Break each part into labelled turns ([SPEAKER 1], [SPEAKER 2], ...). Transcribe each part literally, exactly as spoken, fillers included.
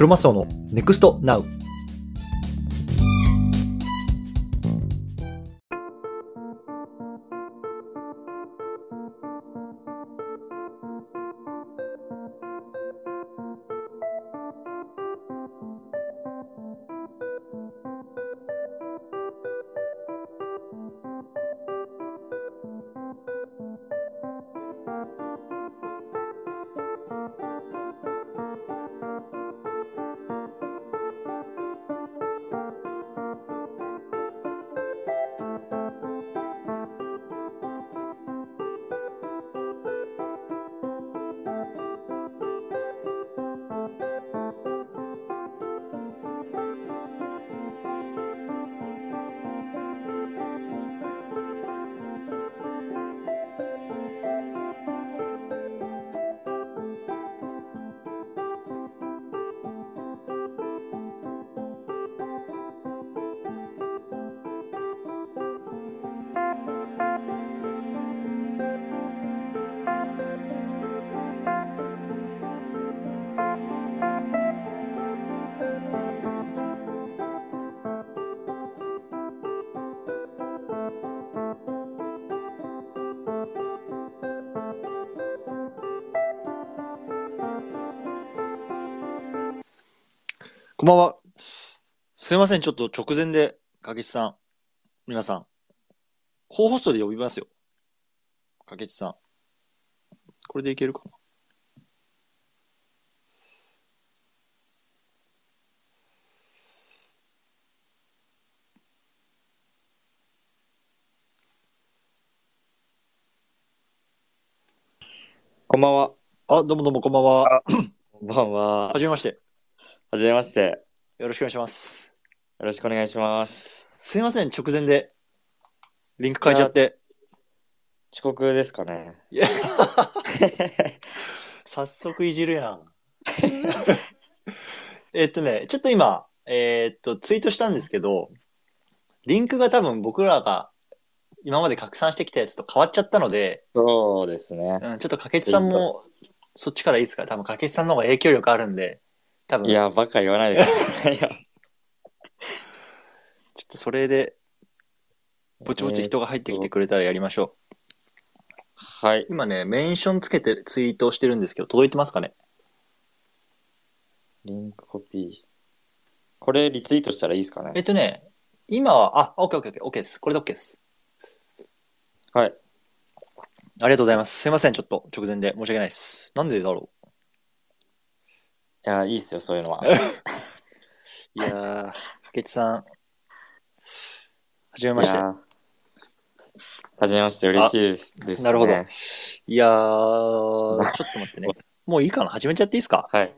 [SPEAKER 1] クロマスオのネクストナウ。こんばんは。すいません、ちょっと直前で、かけちさん、皆さん、コーホストで呼びますよ。かけちさん。これでいけるかな。
[SPEAKER 2] こんばんは。
[SPEAKER 1] あ、どうもどうもこんばんは。
[SPEAKER 2] あこんばんは。
[SPEAKER 1] はじめまして。
[SPEAKER 2] はじめまして。
[SPEAKER 1] よろしくお願いします。
[SPEAKER 2] よろしくお願いします。
[SPEAKER 1] すいません、直前で、リンク変えちゃって。
[SPEAKER 2] 遅刻ですかね。
[SPEAKER 1] いや早速いじるやん。えっとね、ちょっと今、えーっと、ツイートしたんですけど、リンクが多分僕らが今まで拡散してきたやつと変わっちゃったので、
[SPEAKER 2] そうですね。
[SPEAKER 1] うん、ちょっとかけちさんも、そっちからいいですか？多分かけちさんの方が影響力あるんで、多分。
[SPEAKER 2] いや、バカ言わないでくださいよ。
[SPEAKER 1] ちょっとそれで、ぼちぼち人が入ってきてくれたらやりましょう。
[SPEAKER 2] はい。
[SPEAKER 1] 今ね、メンションつけてツイートをしてるんですけど、届いてますかね？
[SPEAKER 2] リンクコピー。これリツイートしたらいいですかね？
[SPEAKER 1] えっとね、今は、あ、オッケーオッケーオッケーです。これで OK です。
[SPEAKER 2] はい。
[SPEAKER 1] ありがとうございます。すいません、ちょっと直前で申し訳ないです。なんでだろ
[SPEAKER 2] いや、いいっすよ、そういうのは。
[SPEAKER 1] う。いやー、かけちさん、はじめまして。
[SPEAKER 2] いや、はじめまして、嬉しいですね。
[SPEAKER 1] なるほど。いやー、ちょっと待ってね。もういいかな？始めちゃっていいですか？
[SPEAKER 2] はい。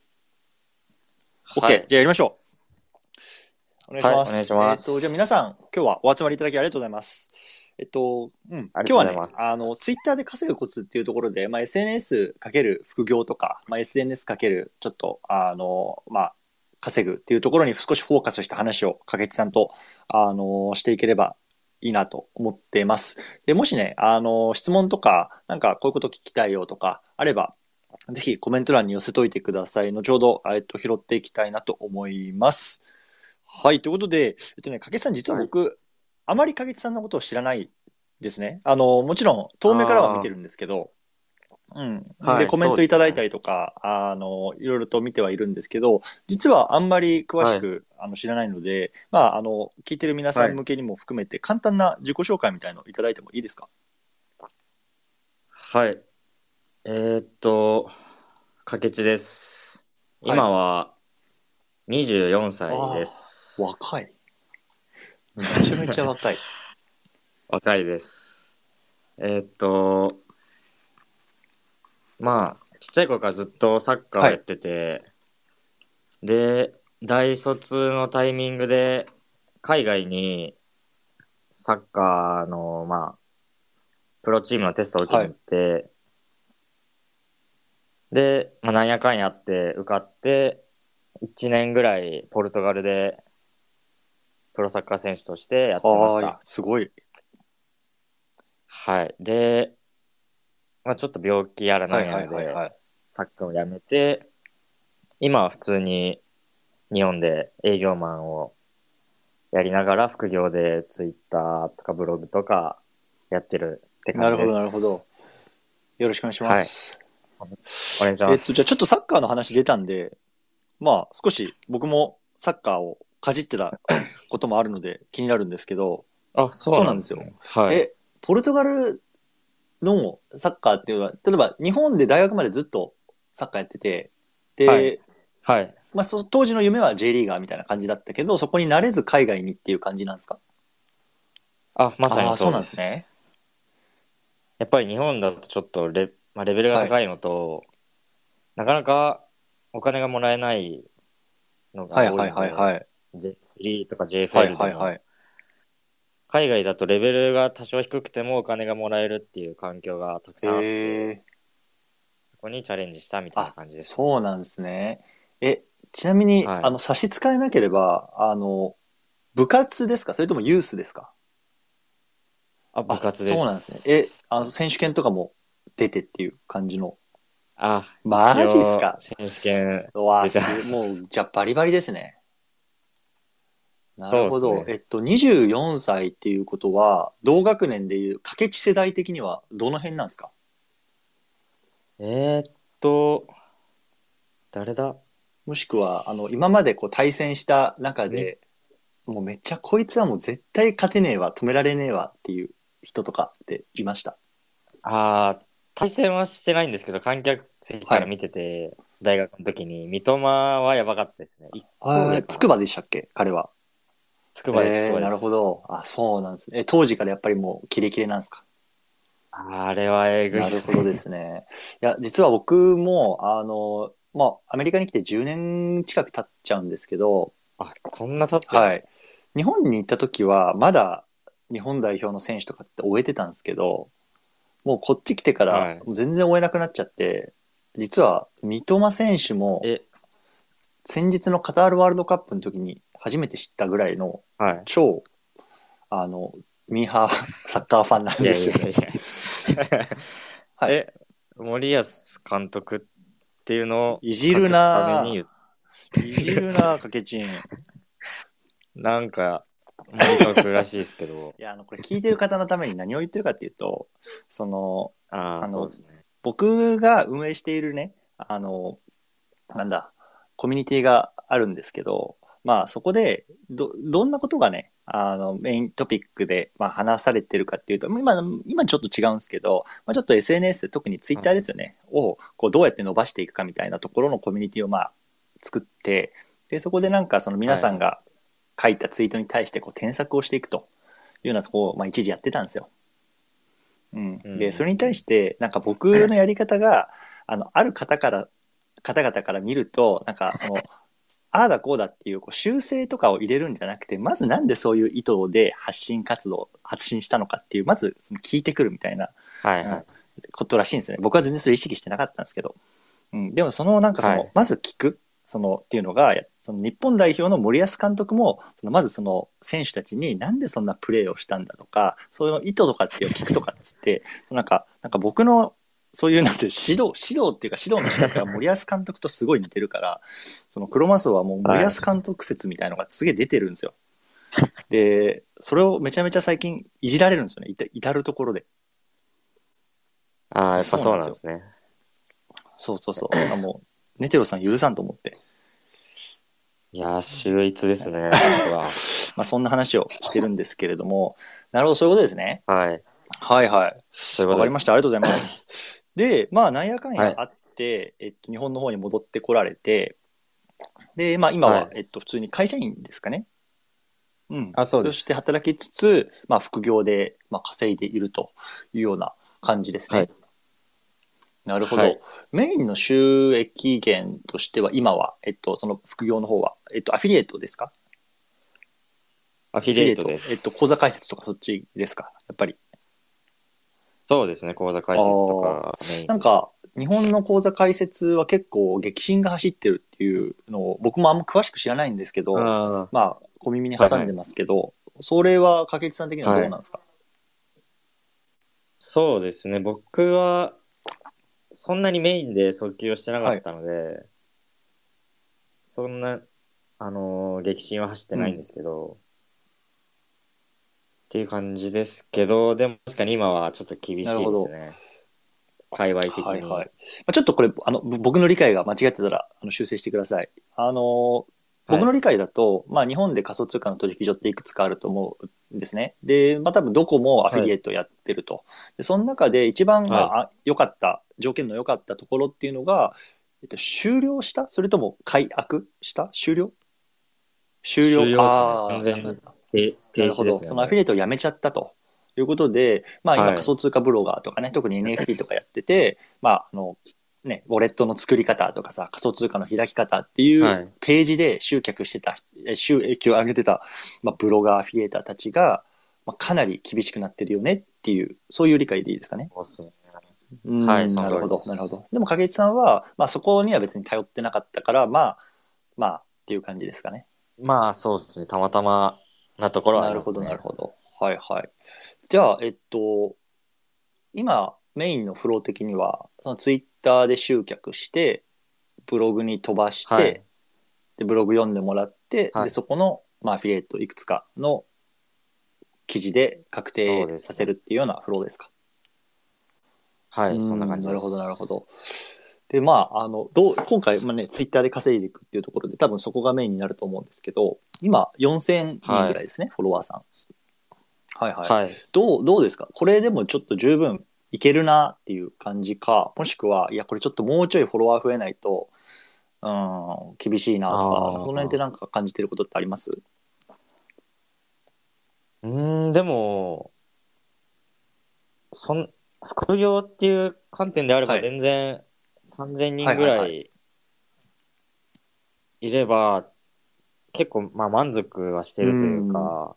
[SPEAKER 1] OK、
[SPEAKER 2] はい。
[SPEAKER 1] じゃあやりましょう。お願いし
[SPEAKER 2] はい、
[SPEAKER 1] ます。
[SPEAKER 2] お願いしま
[SPEAKER 1] えっと、じゃあ
[SPEAKER 2] す。
[SPEAKER 1] 皆さん、今日はお集まりいただきありがとうございます。えっと、うん、今
[SPEAKER 2] あり
[SPEAKER 1] 日はね、
[SPEAKER 2] がとうございます。
[SPEAKER 1] あの、ツイッターで稼ぐコツっていうところで、まあ、エスエヌエス かける副業とか、まあ、エスエヌエス かけるちょっと、あの、まあ、稼ぐっていうところに少しフォーカスした話を、かけちさんと、あの、していければいいなと思ってます。で、もしね、あの、質問とか、なんかこういうこと聞きたいよとか、あれば、ぜひコメント欄に寄せといてください。後ほど、えっと、拾っていきたいなと思います。はい、ということで、えっとね、かけちさん、実は僕、はい、あまりかけちさんのことを知らないですね。あの、もちろん、遠目からは見てるんですけど、うん。で、
[SPEAKER 2] はい、
[SPEAKER 1] コメントいただいた
[SPEAKER 2] そうですね。
[SPEAKER 1] りとか、あの、いろいろと見てはいるんですけど、実はあんまり詳し
[SPEAKER 2] はい。
[SPEAKER 1] くあの知らないので、まあ、あの、聞いてる皆さ
[SPEAKER 2] はい。
[SPEAKER 1] ん向けにも含めて、簡単な自己紹介みたいのをいただいてもいいですか？
[SPEAKER 2] はい。えーっと、かけちです。
[SPEAKER 1] はい。
[SPEAKER 2] 今はにじゅうよんさいで
[SPEAKER 1] ああ、
[SPEAKER 2] す。
[SPEAKER 1] 若い。めちゃめちゃ若い。
[SPEAKER 2] 若いです。えーっと、まあ、ちっちゃい頃からずっとサッカーを
[SPEAKER 1] はい。
[SPEAKER 2] やってて、で、大卒のタイミングで海外にサッカーの、まあ、プロチームのテストを受けに行
[SPEAKER 1] はい。
[SPEAKER 2] って、で、まあ、なんやかんやって受かって、いちねんぐらいポルトガルでプロサッカー選手としてやってまし
[SPEAKER 1] はーい。
[SPEAKER 2] た。
[SPEAKER 1] すごい。
[SPEAKER 2] はい。で、まあ、ちょっと病気やらなん
[SPEAKER 1] はいは
[SPEAKER 2] やらで
[SPEAKER 1] いはいはい。
[SPEAKER 2] サッカーをやめて、 今は普通に日本で営業マンをやりながら副業でツイッターとかブログとかやってるって感じです。
[SPEAKER 1] なるほど、なるほど。よろしくお願いします。
[SPEAKER 2] はい、お願いします。
[SPEAKER 1] えっと、じゃあちょっとサッカーの話出たんで、まあ少し僕もサッカーをかじってたこともあるので気になるんですけど、
[SPEAKER 2] あ、そうなんですね。はい。
[SPEAKER 1] え、ポルトガルのサッカーっていうのは、例えば日本で大学までずっとサッカーやってて、で、
[SPEAKER 2] はいはい。
[SPEAKER 1] まあ、そ当時の夢は J リーガーみたいな感じだったけど、そこに慣れず海外にっていう感じなんですか？
[SPEAKER 2] あ、まさ
[SPEAKER 1] ああ、そう
[SPEAKER 2] にそうです。
[SPEAKER 1] なんですね。
[SPEAKER 2] やっぱり日本だとちょっとレ、まあ、レベルが
[SPEAKER 1] はい。
[SPEAKER 2] 高いのと、なかなかお金がもらえないのが
[SPEAKER 1] はいはい
[SPEAKER 2] 多いので、
[SPEAKER 1] はいはい。
[SPEAKER 2] ジェイスリー とか
[SPEAKER 1] はい
[SPEAKER 2] ジェイエフエル でも、
[SPEAKER 1] はいはい。
[SPEAKER 2] 海外だとレベルが多少低くてもお金がもらえるっていう環境がたくさんあって、
[SPEAKER 1] えー、
[SPEAKER 2] そこにチャレンジしたみたいな
[SPEAKER 1] あ、
[SPEAKER 2] 感じですね。
[SPEAKER 1] そうなんですね。え、ちなみに、
[SPEAKER 2] はい。
[SPEAKER 1] あの、差し支えなければ、あの、部活ですか？それともユースですか？
[SPEAKER 2] あ、部
[SPEAKER 1] あ、
[SPEAKER 2] 活で
[SPEAKER 1] そうなんですね。
[SPEAKER 2] す。
[SPEAKER 1] え、あの、選手権とかも出てっていう感じの。
[SPEAKER 2] あ、一
[SPEAKER 1] マジっすか？
[SPEAKER 2] 応選手権
[SPEAKER 1] うわ、
[SPEAKER 2] 出てま
[SPEAKER 1] す、もう、
[SPEAKER 2] す。
[SPEAKER 1] じゃあバリバリですね。なるほど。え
[SPEAKER 2] そうですね。
[SPEAKER 1] っと、にじゅうよんさいっていうことは、同学年でいう、掛け値世代的にはどの辺なんですか？
[SPEAKER 2] えーっと、誰だ
[SPEAKER 1] もしくは、あの、今までこう対戦した中
[SPEAKER 2] み、
[SPEAKER 1] で、もうめっちゃこいつはもう絶対勝てねえわ、止められねえわっていう人とかっていました？
[SPEAKER 2] あー、対戦はしてないんですけど、観客席
[SPEAKER 1] はい。
[SPEAKER 2] から見てて、大学の時に、三笘はやばかったですね。一個
[SPEAKER 1] あー、
[SPEAKER 2] 上かな。
[SPEAKER 1] 筑波でしたっけ彼は？
[SPEAKER 2] 筑波です、筑
[SPEAKER 1] えー、なるほ
[SPEAKER 2] 波です。
[SPEAKER 1] ど。あ、そうなんですね。え、当時からやっぱりもうキレキレなんですか？
[SPEAKER 2] あれはえぐいです
[SPEAKER 1] なるほどで
[SPEAKER 2] ね。
[SPEAKER 1] すね。いや、実は僕も、あの、まあ、アメリカに来てじゅうねん近く経っちゃうんですけど、
[SPEAKER 2] あ、そんな経ってるんで
[SPEAKER 1] はい。
[SPEAKER 2] すか？
[SPEAKER 1] 日本に行った時は、まだ日本代表の選手とかって終えてたんですけど、もうこっち来てから
[SPEAKER 2] はい。
[SPEAKER 1] 全然追えなくなっちゃって、実は三笘選手も
[SPEAKER 2] え、
[SPEAKER 1] 先日のカタールワールドカップの時に初めて知ったぐらいの
[SPEAKER 2] はい。
[SPEAKER 1] 超、あの、ミーハーサッカーファンなん
[SPEAKER 2] い
[SPEAKER 1] ですよ。
[SPEAKER 2] やいやいや。
[SPEAKER 1] はい。
[SPEAKER 2] え、森保監督っていうのを
[SPEAKER 1] いじる
[SPEAKER 2] 隠すために
[SPEAKER 1] な
[SPEAKER 2] 言っ、
[SPEAKER 1] ぁ。いじるなぁ、かけちん。
[SPEAKER 2] なんか、森監らしいですけど、
[SPEAKER 1] いや、あの、これ聞いてる方のために何を言ってるかっていうと、その、
[SPEAKER 2] ああ、
[SPEAKER 1] あの、
[SPEAKER 2] そうですね。
[SPEAKER 1] 僕が運営しているね、あの、なんだ、コミュニティがあるんですけど、まあそこで、ど、どんなことがね、あの、メイントピックで、まあ話されてるかっていうと、今、今ちょっと違うんですけど、まあちょっと エスエヌエス、特にツイッターですよね、を、こうどうやって伸ばしていくかみたいなところのコミュニティをまあ作って、で、そこでなんかその皆
[SPEAKER 2] はいはい。
[SPEAKER 1] さんが書いたツイートに対してこう添削をしていくというようなところを、まあ一時やってたんですよ。うん。
[SPEAKER 2] うん
[SPEAKER 1] で、それに
[SPEAKER 2] うん
[SPEAKER 1] 対して、なんか僕のやり方が、あの、ある方から、方々から見ると、なんかその、ああだこうだっていうこう修正とかを入れるんじゃなくて、まずなんでそういう意図で発信活動、発信したのかっていう、まずその聞いてくるみたいな、うん、
[SPEAKER 2] はいはい。
[SPEAKER 1] ことらしいんですよね。僕は全然それ意識してなかったんですけど。うん、でもそのなんかその、
[SPEAKER 2] はい。
[SPEAKER 1] まず聞く、そのっていうのが、その日本代表の森保監督も、そのまずその選手たちになんでそんなプレーをしたんだとか、そういう意図とかっていうのを聞くとかっつって、なんか、なんか僕のそういうなんて指導、指導っていうか指導の仕方が森保監督とすごい似てるから、そのクロマスオはもう森保
[SPEAKER 2] はい。
[SPEAKER 1] 監督説みたいのがすげえ出てるんですよ。で、それをめちゃめちゃ最近いじられるんですよね。至至るところで。
[SPEAKER 2] ああ、やっぱ
[SPEAKER 1] そうなんですよ。
[SPEAKER 2] そうなんですね。
[SPEAKER 1] そうそうそう。だからもう、ネテロさん許さんと思って。
[SPEAKER 2] いやー、秀逸ですね、さすが。
[SPEAKER 1] まあそんな話をしてるんですけれども、なるほど、そういうことですね。
[SPEAKER 2] はい。
[SPEAKER 1] はいはい。
[SPEAKER 2] そういうこ
[SPEAKER 1] わかりました。あり
[SPEAKER 2] とです。
[SPEAKER 1] がとうございます。で、まあなんやかん
[SPEAKER 2] はい。
[SPEAKER 1] やあって、えっと、日本の方に戻ってこられて、で、まあ今は、
[SPEAKER 2] はい。
[SPEAKER 1] えっと、普通に会社員ですかね。うん。
[SPEAKER 2] あ、そうで
[SPEAKER 1] そして
[SPEAKER 2] す。
[SPEAKER 1] 働きつつ、まあ副業で、まあ、稼いでいるというような感じですね。
[SPEAKER 2] はい。
[SPEAKER 1] なるほど。
[SPEAKER 2] はい。
[SPEAKER 1] メインの収益源としては、今は、えっと、その副業の方は、えっと、アフィリエイトですか？
[SPEAKER 2] アフィリエイトで
[SPEAKER 1] アフィリエイト、えっと、口座
[SPEAKER 2] す。
[SPEAKER 1] 開設とかそっちですか？やっぱり。
[SPEAKER 2] そうですね、口座開設と
[SPEAKER 1] ああ、
[SPEAKER 2] かメインです。
[SPEAKER 1] なんか、日本の口座開設は結構激震が走ってるっていうのを、僕もあんま詳しく知らないんですけど、
[SPEAKER 2] あ
[SPEAKER 1] まあ、小耳に
[SPEAKER 2] あ、はいはい。
[SPEAKER 1] 挟んでますけど、それは、掛地さん的にはど
[SPEAKER 2] はい。
[SPEAKER 1] うなんですか？
[SPEAKER 2] そうですね、僕はそんなにメインで訴求をしてなか
[SPEAKER 1] はい。
[SPEAKER 2] ったので、 そんな、あのー激震は走ってないんですけど、っていう感じですけど、でも確かに今はちょっと厳しい
[SPEAKER 1] なるほど。
[SPEAKER 2] ですね。界隈的
[SPEAKER 1] はいはい。
[SPEAKER 2] に。
[SPEAKER 1] まあちょっとこれ、あの、ぼ僕の理解が間違ってたら、あの、修正してください。あの、
[SPEAKER 2] はい。
[SPEAKER 1] 僕の理解だと、まあ、日本で仮想通貨の取引所っていくつかあると思うんですね。で、まあ、多分どこもアフィ
[SPEAKER 2] はい。
[SPEAKER 1] リエイトやってると。で、その中で一番、ま
[SPEAKER 2] はい。
[SPEAKER 1] あ、あ良かった、条件の良かったところっていうのが、えっと、終了したそれとも解約した終了終了。
[SPEAKER 2] 終了ですね。完
[SPEAKER 1] ああ、な、
[SPEAKER 2] 全に停停
[SPEAKER 1] なるほど。
[SPEAKER 2] 止ですね、も
[SPEAKER 1] そのアフィリエイトをやめちゃったということで、まあ
[SPEAKER 2] う。
[SPEAKER 1] 今
[SPEAKER 2] はい。
[SPEAKER 1] 仮想通貨ブロガーとかね、特に エヌエフティー とかやってて、まああの、ね、ウォレットの作り方とかさ、仮想通貨の開き方っていう
[SPEAKER 2] はい。
[SPEAKER 1] ページで集客してた、え収益を上げてた、まあ、ブロガー、アフィリエーターたちが、まあ、かなり厳しくなってるよねっていう、そういう理解でいいですかね。
[SPEAKER 2] そうっすね。はい、
[SPEAKER 1] うん、
[SPEAKER 2] その通り
[SPEAKER 1] なるほど、なるほ
[SPEAKER 2] です。
[SPEAKER 1] ど。でも影一さんは、まあそこには別に頼ってなかったから、まあ、まあっていう感じですかね。
[SPEAKER 2] まあ、そうですね。たまたまなところはあ
[SPEAKER 1] なるほど、なる
[SPEAKER 2] りますね。
[SPEAKER 1] ほど。はいはい。じゃあ、えっと、今、メインのフロー的には、そのツイッターで集客して、ブログに飛ばして、
[SPEAKER 2] はい。
[SPEAKER 1] で、ブログ読んでもらって、で、
[SPEAKER 2] はい。
[SPEAKER 1] そこの、まあ、アフィリエイトいくつかの記事で確定させ
[SPEAKER 2] そうですね。
[SPEAKER 1] るっていうようなフローですか。う
[SPEAKER 2] はい、そんな感
[SPEAKER 1] ん、
[SPEAKER 2] じで
[SPEAKER 1] なるほど、なるほど。
[SPEAKER 2] す。
[SPEAKER 1] で、まあ、あの、どう、今回、まあね、ツイッターで稼いでいくっていうところで、多分そこがメインになると思うんですけど、今、よんせんにん
[SPEAKER 2] はい。
[SPEAKER 1] ぐらいですね、フォロワーさん。はいはい。
[SPEAKER 2] はい。
[SPEAKER 1] どう、どうですかこれでもちょっと十分いけるなっていう感じか、もしくは、いや、これちょっともうちょいフォロワー増えないと、うん、厳しいなとか、その辺って
[SPEAKER 2] ああ。
[SPEAKER 1] なんか感じてることってあります？
[SPEAKER 2] うーん、でも、そん、副業っていう観点であれば
[SPEAKER 1] はい。
[SPEAKER 2] 全然3000人
[SPEAKER 1] はいはいはい。
[SPEAKER 2] ぐらいいれば結構まあ満足はして
[SPEAKER 1] う
[SPEAKER 2] るという
[SPEAKER 1] ん。
[SPEAKER 2] か、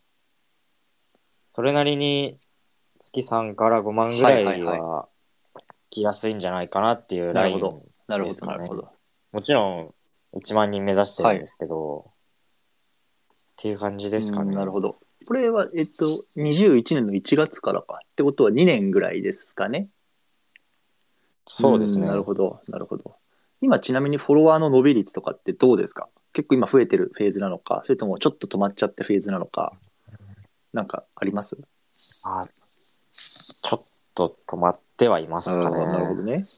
[SPEAKER 2] それなりに月さんからごまんぐ
[SPEAKER 1] はい
[SPEAKER 2] ら
[SPEAKER 1] はいはい。
[SPEAKER 2] いは来やすいんじゃないかなっていう
[SPEAKER 1] なるほど。
[SPEAKER 2] ライン
[SPEAKER 1] なるほど、
[SPEAKER 2] ですかね。
[SPEAKER 1] なるほど。
[SPEAKER 2] もちろんいちまん人目指して
[SPEAKER 1] はい。
[SPEAKER 2] るんですけど、っていう感じで
[SPEAKER 1] うん、な
[SPEAKER 2] すかね。
[SPEAKER 1] るほど。これは、えっと、にじゅういちねんのいちがつからか。ってことはにねんぐらいですかね。う
[SPEAKER 2] そうです
[SPEAKER 1] ん、なる
[SPEAKER 2] ね。
[SPEAKER 1] ほど、なるほど。今ちなみにフォロワーの伸び率とかってどうですか？結構今増えてるフェーズなのか、それともちょっと止まっちゃったフェーズなのか、なんかあります？
[SPEAKER 2] あ、ちょっと止まってはいますか
[SPEAKER 1] ああ、なるほ
[SPEAKER 2] ね。
[SPEAKER 1] どね。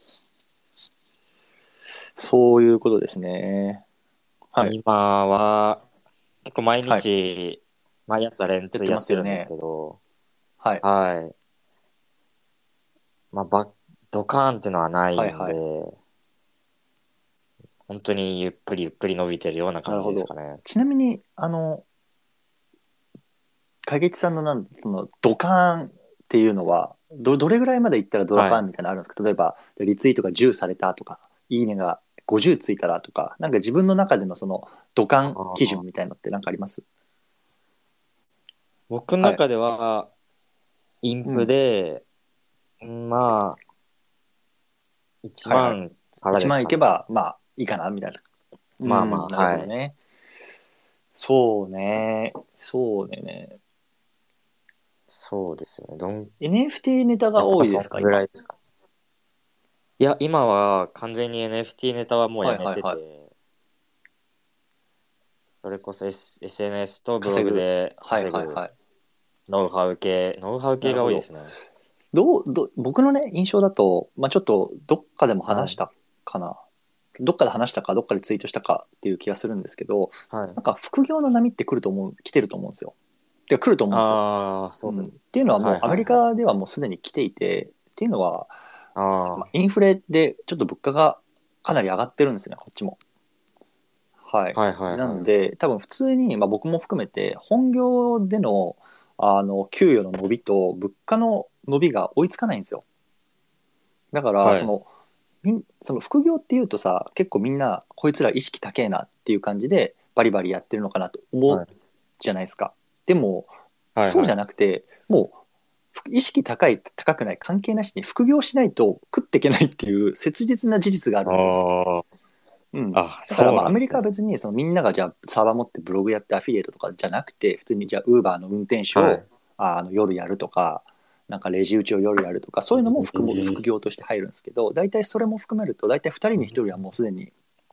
[SPEAKER 1] そういうことですね。はい。
[SPEAKER 2] 今は結構毎
[SPEAKER 1] はい。
[SPEAKER 2] 日、毎朝連
[SPEAKER 1] やってま
[SPEAKER 2] 通やってるんです
[SPEAKER 1] すよね。
[SPEAKER 2] けど、
[SPEAKER 1] はい。
[SPEAKER 2] はい。まあ、ば、ドカーンってのはないんで、
[SPEAKER 1] はいはい。
[SPEAKER 2] 本当にゆっくりゆっくり伸びてるような感
[SPEAKER 1] なるほど。
[SPEAKER 2] じですかね。
[SPEAKER 1] ちなみに、あの、影地さんのなん、その、ドカーンっていうのは、ど、どれぐらいまで行ったらド
[SPEAKER 2] はい。
[SPEAKER 1] カーンみたいなのあるんですか？例えば、リツイートがじゅうされたとか、いいねがごじゅうついたらとか、なんか自分の中でのその、ドカ
[SPEAKER 2] あ
[SPEAKER 1] ン基準
[SPEAKER 2] ー
[SPEAKER 1] みたいのってなんかあります？はい。
[SPEAKER 2] 僕の中では、インプ
[SPEAKER 1] うん。
[SPEAKER 2] で、まあ、1
[SPEAKER 1] はいはい。
[SPEAKER 2] 万から
[SPEAKER 1] いち
[SPEAKER 2] ですかね。
[SPEAKER 1] まんいけば、まあ、いいかなみたいな。うん、
[SPEAKER 2] まあまあ、
[SPEAKER 1] なるほ
[SPEAKER 2] はい。
[SPEAKER 1] どね。そうね。そうね。
[SPEAKER 2] そうですよね。どん、
[SPEAKER 1] エヌエフティー ネタが
[SPEAKER 2] やっぱそん
[SPEAKER 1] 多いですか、今？
[SPEAKER 2] ぐらいですか。いや、今は完全に エヌエフティー ネタはもう
[SPEAKER 1] は
[SPEAKER 2] やめ
[SPEAKER 1] いはいはい。
[SPEAKER 2] てて、それこそ、S、エスエヌエス とブロ
[SPEAKER 1] 稼ぐ。
[SPEAKER 2] グで
[SPEAKER 1] はい
[SPEAKER 2] 稼ぐ
[SPEAKER 1] はいはい。
[SPEAKER 2] ノウハウ系、ノウハウ系
[SPEAKER 1] なるほど。
[SPEAKER 2] が多いですね。
[SPEAKER 1] どう、ど、僕のね、印象だと、まあちょっと、どっかでも
[SPEAKER 2] はい。
[SPEAKER 1] 話したかな。どっかで話したか、どっかでツイートしたかっていう気がするんですけど、
[SPEAKER 2] はい。
[SPEAKER 1] なんか副業の波って来ると思う、来てると思うんですよ。てか来ると思うんですよ。
[SPEAKER 2] ああ、
[SPEAKER 1] うん。っ
[SPEAKER 2] そうです。
[SPEAKER 1] ていうのはも
[SPEAKER 2] はい
[SPEAKER 1] うアメリ
[SPEAKER 2] はいはい。
[SPEAKER 1] カではもうすでに来ていて、っていうのは、まあ、
[SPEAKER 2] あ
[SPEAKER 1] インフレでちょっと物価がかなり上がってるんですね、こっちも。はい。
[SPEAKER 2] あ、はいはいはい。
[SPEAKER 1] なので、多分普通に、まあ、僕も含めて、本業での、あの、給与の伸びと物価の伸びが追いつかないんですよ。だから、
[SPEAKER 2] はい。
[SPEAKER 1] その、みん、その副業っていうとさ、結構みんな、こいつら意識高えなっていう感じで、バリバリやってるのかなと思う
[SPEAKER 2] はい。
[SPEAKER 1] じゃないですか。でも、そうじゃ
[SPEAKER 2] はいはい。
[SPEAKER 1] なくて、もう、意識高い、高くない関係なしに副業しないと食っていけないっていう切実な事実があるんですよ。
[SPEAKER 2] あ
[SPEAKER 1] うん。
[SPEAKER 2] あ、あ、
[SPEAKER 1] だから
[SPEAKER 2] そう
[SPEAKER 1] まあアメリカは
[SPEAKER 2] なんですね。
[SPEAKER 1] 別にそのみんながじゃあサーバー持ってブログやってアフィリエイトとかじゃなくて、普通にじゃあウーバーの運転手を
[SPEAKER 2] はい。
[SPEAKER 1] あの夜やるとか、なんかレジ打ちを夜やるとか、そういうのも副も副
[SPEAKER 2] ええ、
[SPEAKER 1] 業として入るんですけど、大体それも含めると大体ふたりにひとりはもうすでに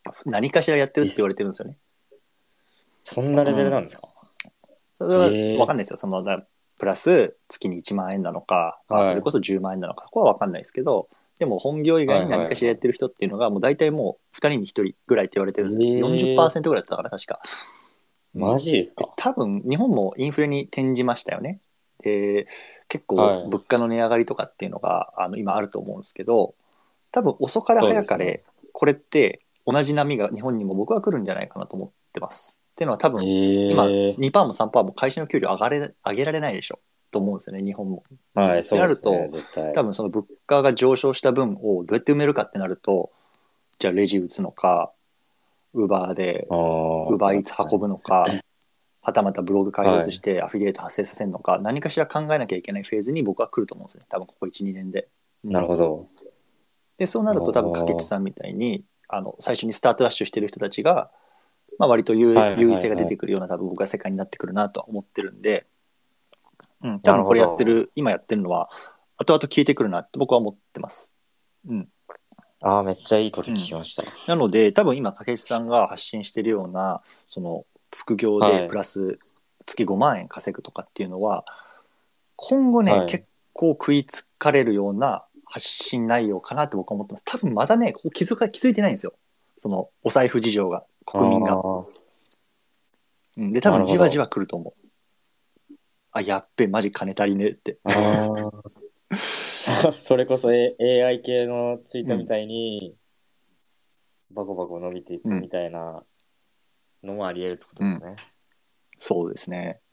[SPEAKER 1] 何かしらやってるって言われてるんですよね。
[SPEAKER 2] そんなレベルなんですか？
[SPEAKER 1] それは
[SPEAKER 2] ええ
[SPEAKER 1] 分かんないですよ。そのだプラス月にいちまん円なのか、まあ、
[SPEAKER 2] はい
[SPEAKER 1] それこそじゅうまん円なのか、そこは分かんないですけど、でも本業以外に何かしらやってる人っていうのが、もう大体もうふたりにひとりぐらいって言われてるんですよ。
[SPEAKER 2] ええー、
[SPEAKER 1] よんじゅっパーセントぐらいだったかな、確か。うん、
[SPEAKER 2] マジです
[SPEAKER 1] で、
[SPEAKER 2] か？
[SPEAKER 1] 多分日本もインフレに転じましたよね。で、結構
[SPEAKER 2] はい。
[SPEAKER 1] 物価の値上がりとかっていうのがあの今あると思うんですけど、多分遅かれ
[SPEAKER 2] そうですね。
[SPEAKER 1] 早かれ、これって同じ波が日本にも僕は来るんじゃないかなと思ってます。っていうのは多分今
[SPEAKER 2] ええ
[SPEAKER 1] にパーセントもさんパーセントも会社の給料上がれ上げられないでしょと思うんですよね、日本も。うん、
[SPEAKER 2] ー、はい、
[SPEAKER 1] って
[SPEAKER 2] そうですね、
[SPEAKER 1] なると、
[SPEAKER 2] 絶対。
[SPEAKER 1] 多分その物価が上昇した分をどうやって埋めるかってなると、じゃあレジ打つのか、ウーバーで、
[SPEAKER 2] あ
[SPEAKER 1] ウーバーイ
[SPEAKER 2] あ、
[SPEAKER 1] ーツ運ぶのか、はたまたブログ開
[SPEAKER 2] はい。
[SPEAKER 1] 設してアフィリエイト発生させるのか、何かしら考えなきゃいけないフェーズに僕は来ると思うんですね。多分ここいち、にねんで。う
[SPEAKER 2] なる
[SPEAKER 1] ん。
[SPEAKER 2] ほど。
[SPEAKER 1] で、そうな
[SPEAKER 2] あ
[SPEAKER 1] ると多分、かけち
[SPEAKER 2] あ、
[SPEAKER 1] さんみたいに、あの、最初にスタートダッシュしてる人たちが、まあ割と優
[SPEAKER 2] はい
[SPEAKER 1] 優位
[SPEAKER 2] はいはい。
[SPEAKER 1] 性が出てくるような多分僕は世界になってくるなとは思ってるんで、うん、多
[SPEAKER 2] なる
[SPEAKER 1] 分これやって
[SPEAKER 2] ほど。
[SPEAKER 1] る、今やってるのは、後々聞いてくるなって僕は思ってます。うん。
[SPEAKER 2] ああ、めっちゃいいこと聞
[SPEAKER 1] うん。
[SPEAKER 2] きました。
[SPEAKER 1] なので、多分今、かけちさんが発信してるような、その、副業で
[SPEAKER 2] はい。
[SPEAKER 1] プラス月ごまん円稼ぐとかっていうのは、今後ね、
[SPEAKER 2] はい。
[SPEAKER 1] 結構食いつかれるような発信内容かなって僕は思ってます。多分まだね、ここ気づか、気づいてないんですよ。その、お財布事情が、
[SPEAKER 2] あ
[SPEAKER 1] 国民が。
[SPEAKER 2] あ、
[SPEAKER 1] うん、で、多
[SPEAKER 2] な
[SPEAKER 1] 分じわじわ
[SPEAKER 2] るほど。
[SPEAKER 1] 来ると思う。あ、やっべ、マジ金足りねえって。
[SPEAKER 2] ああ。それこそ、A、エーアイ 系のツイー
[SPEAKER 1] うん、
[SPEAKER 2] トみたいに、バコバコ伸びてい
[SPEAKER 1] うん、
[SPEAKER 2] くみたいなのもあり得るってこと
[SPEAKER 1] うん。
[SPEAKER 2] ですね。
[SPEAKER 1] そうですね。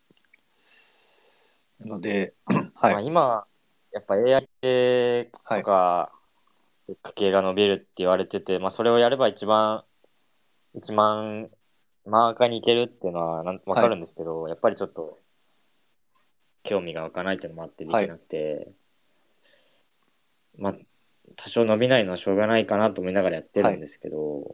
[SPEAKER 1] なので、は
[SPEAKER 2] まあ
[SPEAKER 1] い、
[SPEAKER 2] 今、やっぱ エーアイ 系
[SPEAKER 1] はい、
[SPEAKER 2] とか、家計が伸びるって言われてて、まあそれをやれば一番、一万マーカーにいけるっていうのはなんわ
[SPEAKER 1] はい、
[SPEAKER 2] かるんですけど、やっぱりちょっと興味が湧かないっていうのもあってで
[SPEAKER 1] はい。
[SPEAKER 2] きなくて、まあ多少伸びないのはしょうがないかなと思いながらやってる
[SPEAKER 1] はい。
[SPEAKER 2] んですけど、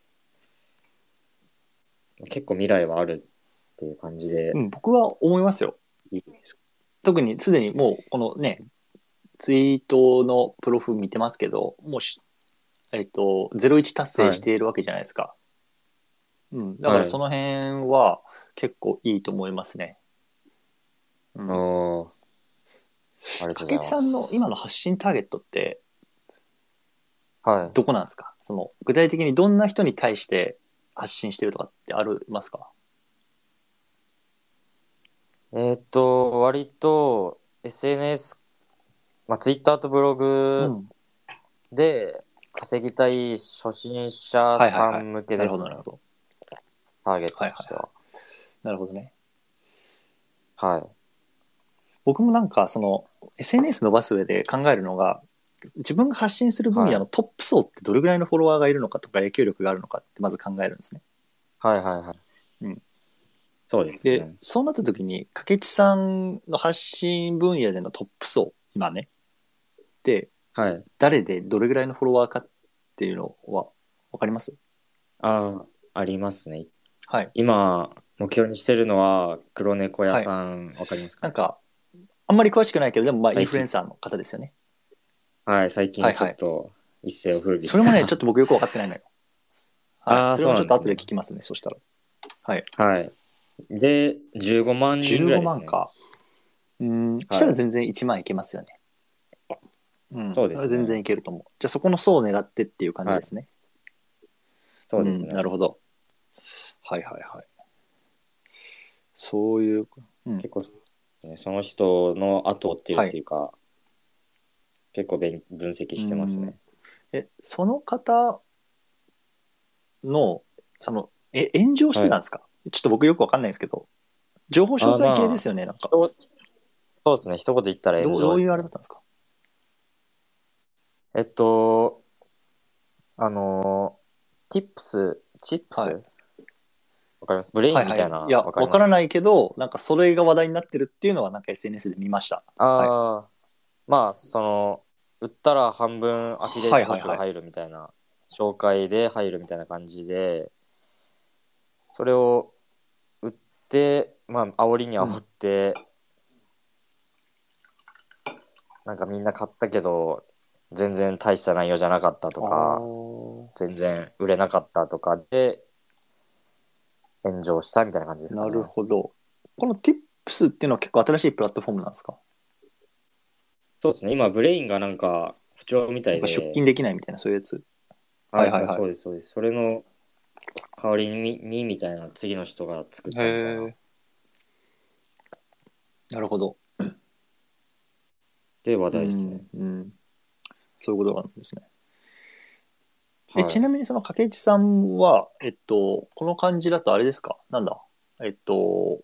[SPEAKER 2] 結構未来はあるっていう感じで
[SPEAKER 1] うん、僕は思いますよ。
[SPEAKER 2] いいです。
[SPEAKER 1] 特にすでにもう、このね、ツイートのプロフ見てますけど、もうし、えっと、ゼロイチ達成
[SPEAKER 2] はい。
[SPEAKER 1] しているわけじゃないですか。うん。だから
[SPEAKER 2] はい。
[SPEAKER 1] その辺は結構いいと思いますね。う
[SPEAKER 2] お
[SPEAKER 1] ん。
[SPEAKER 2] ー、ありがとうございま
[SPEAKER 1] かけつさんの今
[SPEAKER 2] す。
[SPEAKER 1] の発信ターゲットって
[SPEAKER 2] はい。
[SPEAKER 1] どこなんですか？その具体的にどんな人に対して発信してるとかってありますか？
[SPEAKER 2] えーっと、割と エスエヌエス、まあ、Twitter とブログ
[SPEAKER 1] うん。
[SPEAKER 2] で稼ぎたい初心者
[SPEAKER 1] はいはいはい。
[SPEAKER 2] さん向け
[SPEAKER 1] なる
[SPEAKER 2] ですね。
[SPEAKER 1] ほどなるほど。
[SPEAKER 2] ターゲット
[SPEAKER 1] はいはいはい。
[SPEAKER 2] としては。
[SPEAKER 1] なるほどね。
[SPEAKER 2] はい。
[SPEAKER 1] 僕もなんかその エスエヌエス 伸ばす上で考えるのが、自分が発信する分
[SPEAKER 2] はい。
[SPEAKER 1] 野のトップ層ってどれぐらいのフォロワーがいるのかとか影響力があるのかってまず考えるんですね。
[SPEAKER 2] はいはいはい。
[SPEAKER 1] うん。
[SPEAKER 2] そうです
[SPEAKER 1] で、
[SPEAKER 2] ね。
[SPEAKER 1] そうなった時に、かけちさんの発信分野でのトップ層、今ね、で、
[SPEAKER 2] はい。
[SPEAKER 1] 誰でどれぐらいのフォロワーかっていうのはわかります？
[SPEAKER 2] ああ、ありますね。
[SPEAKER 1] はい。
[SPEAKER 2] 今、目標にしてるのは、黒猫屋
[SPEAKER 1] はい。
[SPEAKER 2] さん、わかりますかね。
[SPEAKER 1] なんか、あんまり詳しくないけど、でもまあイン
[SPEAKER 2] 最近、
[SPEAKER 1] フルエンサーの方ですよね。
[SPEAKER 2] はい、最近ちょ
[SPEAKER 1] はいはい。
[SPEAKER 2] っと一世を風靡
[SPEAKER 1] それもね、ちょっ
[SPEAKER 2] した。
[SPEAKER 1] と僕よくわかってないのよ。はい。
[SPEAKER 2] ああ、
[SPEAKER 1] それ
[SPEAKER 2] そう
[SPEAKER 1] もちょっと後で
[SPEAKER 2] なんですね。
[SPEAKER 1] 聞きますね、そしたら。はい。
[SPEAKER 2] はい。で、じゅうごまん人ぐら
[SPEAKER 1] 15
[SPEAKER 2] いですね。
[SPEAKER 1] 万か。うん。そした
[SPEAKER 2] はい。
[SPEAKER 1] ら全然いちまんいけますよね。うん。
[SPEAKER 2] そう
[SPEAKER 1] それは全然
[SPEAKER 2] ですね。
[SPEAKER 1] いけると思う。じゃあそこの層を狙ってっていう感じ
[SPEAKER 2] はい。
[SPEAKER 1] ですね。
[SPEAKER 2] そう
[SPEAKER 1] うん。なる
[SPEAKER 2] ですね。
[SPEAKER 1] ほど。はいはいはい。そういう、うん。
[SPEAKER 2] 結構、ね、その人の後を追ってるっ
[SPEAKER 1] はい。
[SPEAKER 2] ていうか、結構分分析してます
[SPEAKER 1] うん。
[SPEAKER 2] ね。
[SPEAKER 1] え、その方の、その、え、炎上して
[SPEAKER 2] はい。
[SPEAKER 1] たんですか？ちょっと僕よくわかんないんですけど、情報詳
[SPEAKER 2] ああ、
[SPEAKER 1] 細系で
[SPEAKER 2] まあ、
[SPEAKER 1] すよね、なんか。
[SPEAKER 2] 人そうですね。一言言ったら炎
[SPEAKER 1] どう、どういう
[SPEAKER 2] 上ですね。
[SPEAKER 1] あれだったんですか？
[SPEAKER 2] えっと、あのー、tips、チップ
[SPEAKER 1] はい。
[SPEAKER 2] スわかります？ブレインみたい
[SPEAKER 1] はいはい。いや、
[SPEAKER 2] なわかります？
[SPEAKER 1] わからないけど、なんかそれが話題になってるっていうのはなんか エスエヌエス で見ました。はい。
[SPEAKER 2] ああー、まあ、その、売ったら半分アフィリエイト報
[SPEAKER 1] はいはいはい。
[SPEAKER 2] 酬が入るみたいな、紹介で入るみたいな感じで、それを売って、まあ、煽りに
[SPEAKER 1] うん。
[SPEAKER 2] 煽って、なんかみんな買ったけど、全然大した内容じゃなかったと
[SPEAKER 1] あ
[SPEAKER 2] か、
[SPEAKER 1] ー。
[SPEAKER 2] 全然売れなかったとかで炎上したみたいな感じですか
[SPEAKER 1] な
[SPEAKER 2] ね。
[SPEAKER 1] るほど。この Tips っていうのは結構新しいプラットフォームなんですか？
[SPEAKER 2] そうですね。今、ブレインがなんか不調みた
[SPEAKER 1] なんか出
[SPEAKER 2] いで、
[SPEAKER 1] 勤できないみたいな、そういうやつ。
[SPEAKER 2] はいはい、
[SPEAKER 1] はいはいはい。
[SPEAKER 2] そうです、そうです。それの代わりに、にみたいな、次の人が作っ
[SPEAKER 1] へ
[SPEAKER 2] たみたいな。
[SPEAKER 1] え、なるほど。
[SPEAKER 2] で、話
[SPEAKER 1] う
[SPEAKER 2] 題ですね。
[SPEAKER 1] ん、うん。そういうことなんですね。え、ち
[SPEAKER 2] はい。
[SPEAKER 1] なみにその掛市さんは、えっと、この感じだとあれですか？なんだえっと、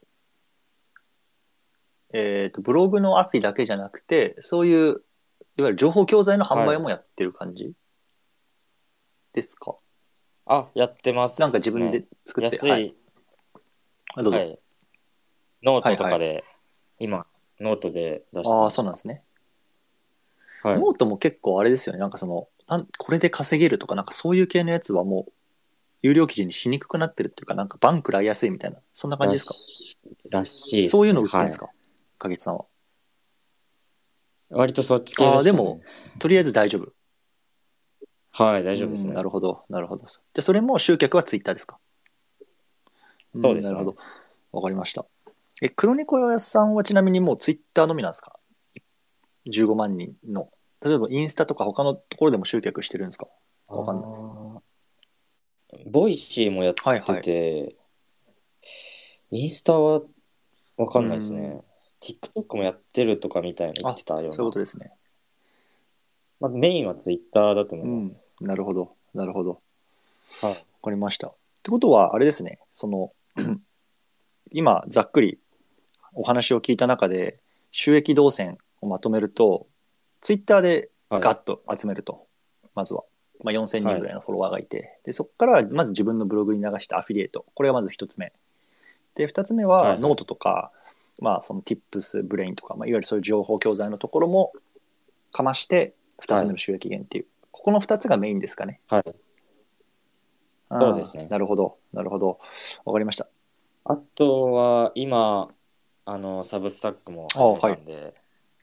[SPEAKER 1] えっと、ブログのアプリだけじゃなくて、そういう、いわゆる情報教材の販
[SPEAKER 2] はい。
[SPEAKER 1] 売もやってる感じですか？
[SPEAKER 2] あ、やってま
[SPEAKER 1] なんか自
[SPEAKER 2] すね。
[SPEAKER 1] 分で作って、はい。
[SPEAKER 2] 安い、
[SPEAKER 1] あ、どうぞ。
[SPEAKER 2] はい。ノー
[SPEAKER 1] はいはい。
[SPEAKER 2] トとかで、今、ノートで出して
[SPEAKER 1] ああ、
[SPEAKER 2] ました。
[SPEAKER 1] そうなんですね。
[SPEAKER 2] はい。
[SPEAKER 1] ノートも結構あれですよね。なんかその、なんこれで稼げるとか、なんかそういう系のやつはもう、有料記事にしにくくなってるっていうか、なんかバン食らいやすいみたいな、そんな感じ
[SPEAKER 2] ら
[SPEAKER 1] ですか？
[SPEAKER 2] し、らしいですね。
[SPEAKER 1] そういうの売って
[SPEAKER 2] はい。
[SPEAKER 1] んですか？影木さんは。
[SPEAKER 2] 割とそっち系
[SPEAKER 1] ああ、
[SPEAKER 2] でしたね。
[SPEAKER 1] でも、とりあえず大丈夫。
[SPEAKER 2] はい、大
[SPEAKER 1] うん、な
[SPEAKER 2] 丈夫ですね。
[SPEAKER 1] るほど、なるほど。じゃあそれも集客はツイッターですか？うん、なるほど。
[SPEAKER 2] そうですね。
[SPEAKER 1] わかりました。え、黒猫屋さんはちなみにもうツイッターのみなんですか？ じゅうご 万人の。例えばインスタとか他のところでも集客してるんですか？
[SPEAKER 2] あ
[SPEAKER 1] わかんない。
[SPEAKER 2] ーボイシーもやって
[SPEAKER 1] はいはい。
[SPEAKER 2] て、インスタはわか
[SPEAKER 1] う
[SPEAKER 2] んないです
[SPEAKER 1] ん。
[SPEAKER 2] ね。TikTok もやってるとかみたいな言っ
[SPEAKER 1] あ、
[SPEAKER 2] てたような。
[SPEAKER 1] そういうことですね。
[SPEAKER 2] まあ、メインは Twitter だと思いま
[SPEAKER 1] うん。
[SPEAKER 2] す。
[SPEAKER 1] なるほど。なるほど。わ
[SPEAKER 2] はい。
[SPEAKER 1] かりました。ってことは、あれですね。その、今、ざっくりお話を聞いた中で、収益動線をまとめると、ツイッターで
[SPEAKER 2] はい。
[SPEAKER 1] ガッと集めると。まずは。まあ、よんせんにん
[SPEAKER 2] はい。
[SPEAKER 1] ぐらいのフォロワーがいて、で、そこからまず自分のブログに流したアフィリエイト。これがまず一つ目。で、二つ目はノー
[SPEAKER 2] はいはい。
[SPEAKER 1] トとか、まあ、その Tips、ブレインとか、まあ、いわゆるそういう情報教材のところもかまして、二
[SPEAKER 2] はい。
[SPEAKER 1] つ目の収益源っていう。ここの二つがメインですかね。
[SPEAKER 2] はい。
[SPEAKER 1] うん。
[SPEAKER 2] そうですね。
[SPEAKER 1] なるほど。なるほど。わかりました。
[SPEAKER 2] あとは、今、あの、サブスタックも
[SPEAKER 1] ああ、
[SPEAKER 2] 始め
[SPEAKER 1] はい。
[SPEAKER 2] たんで、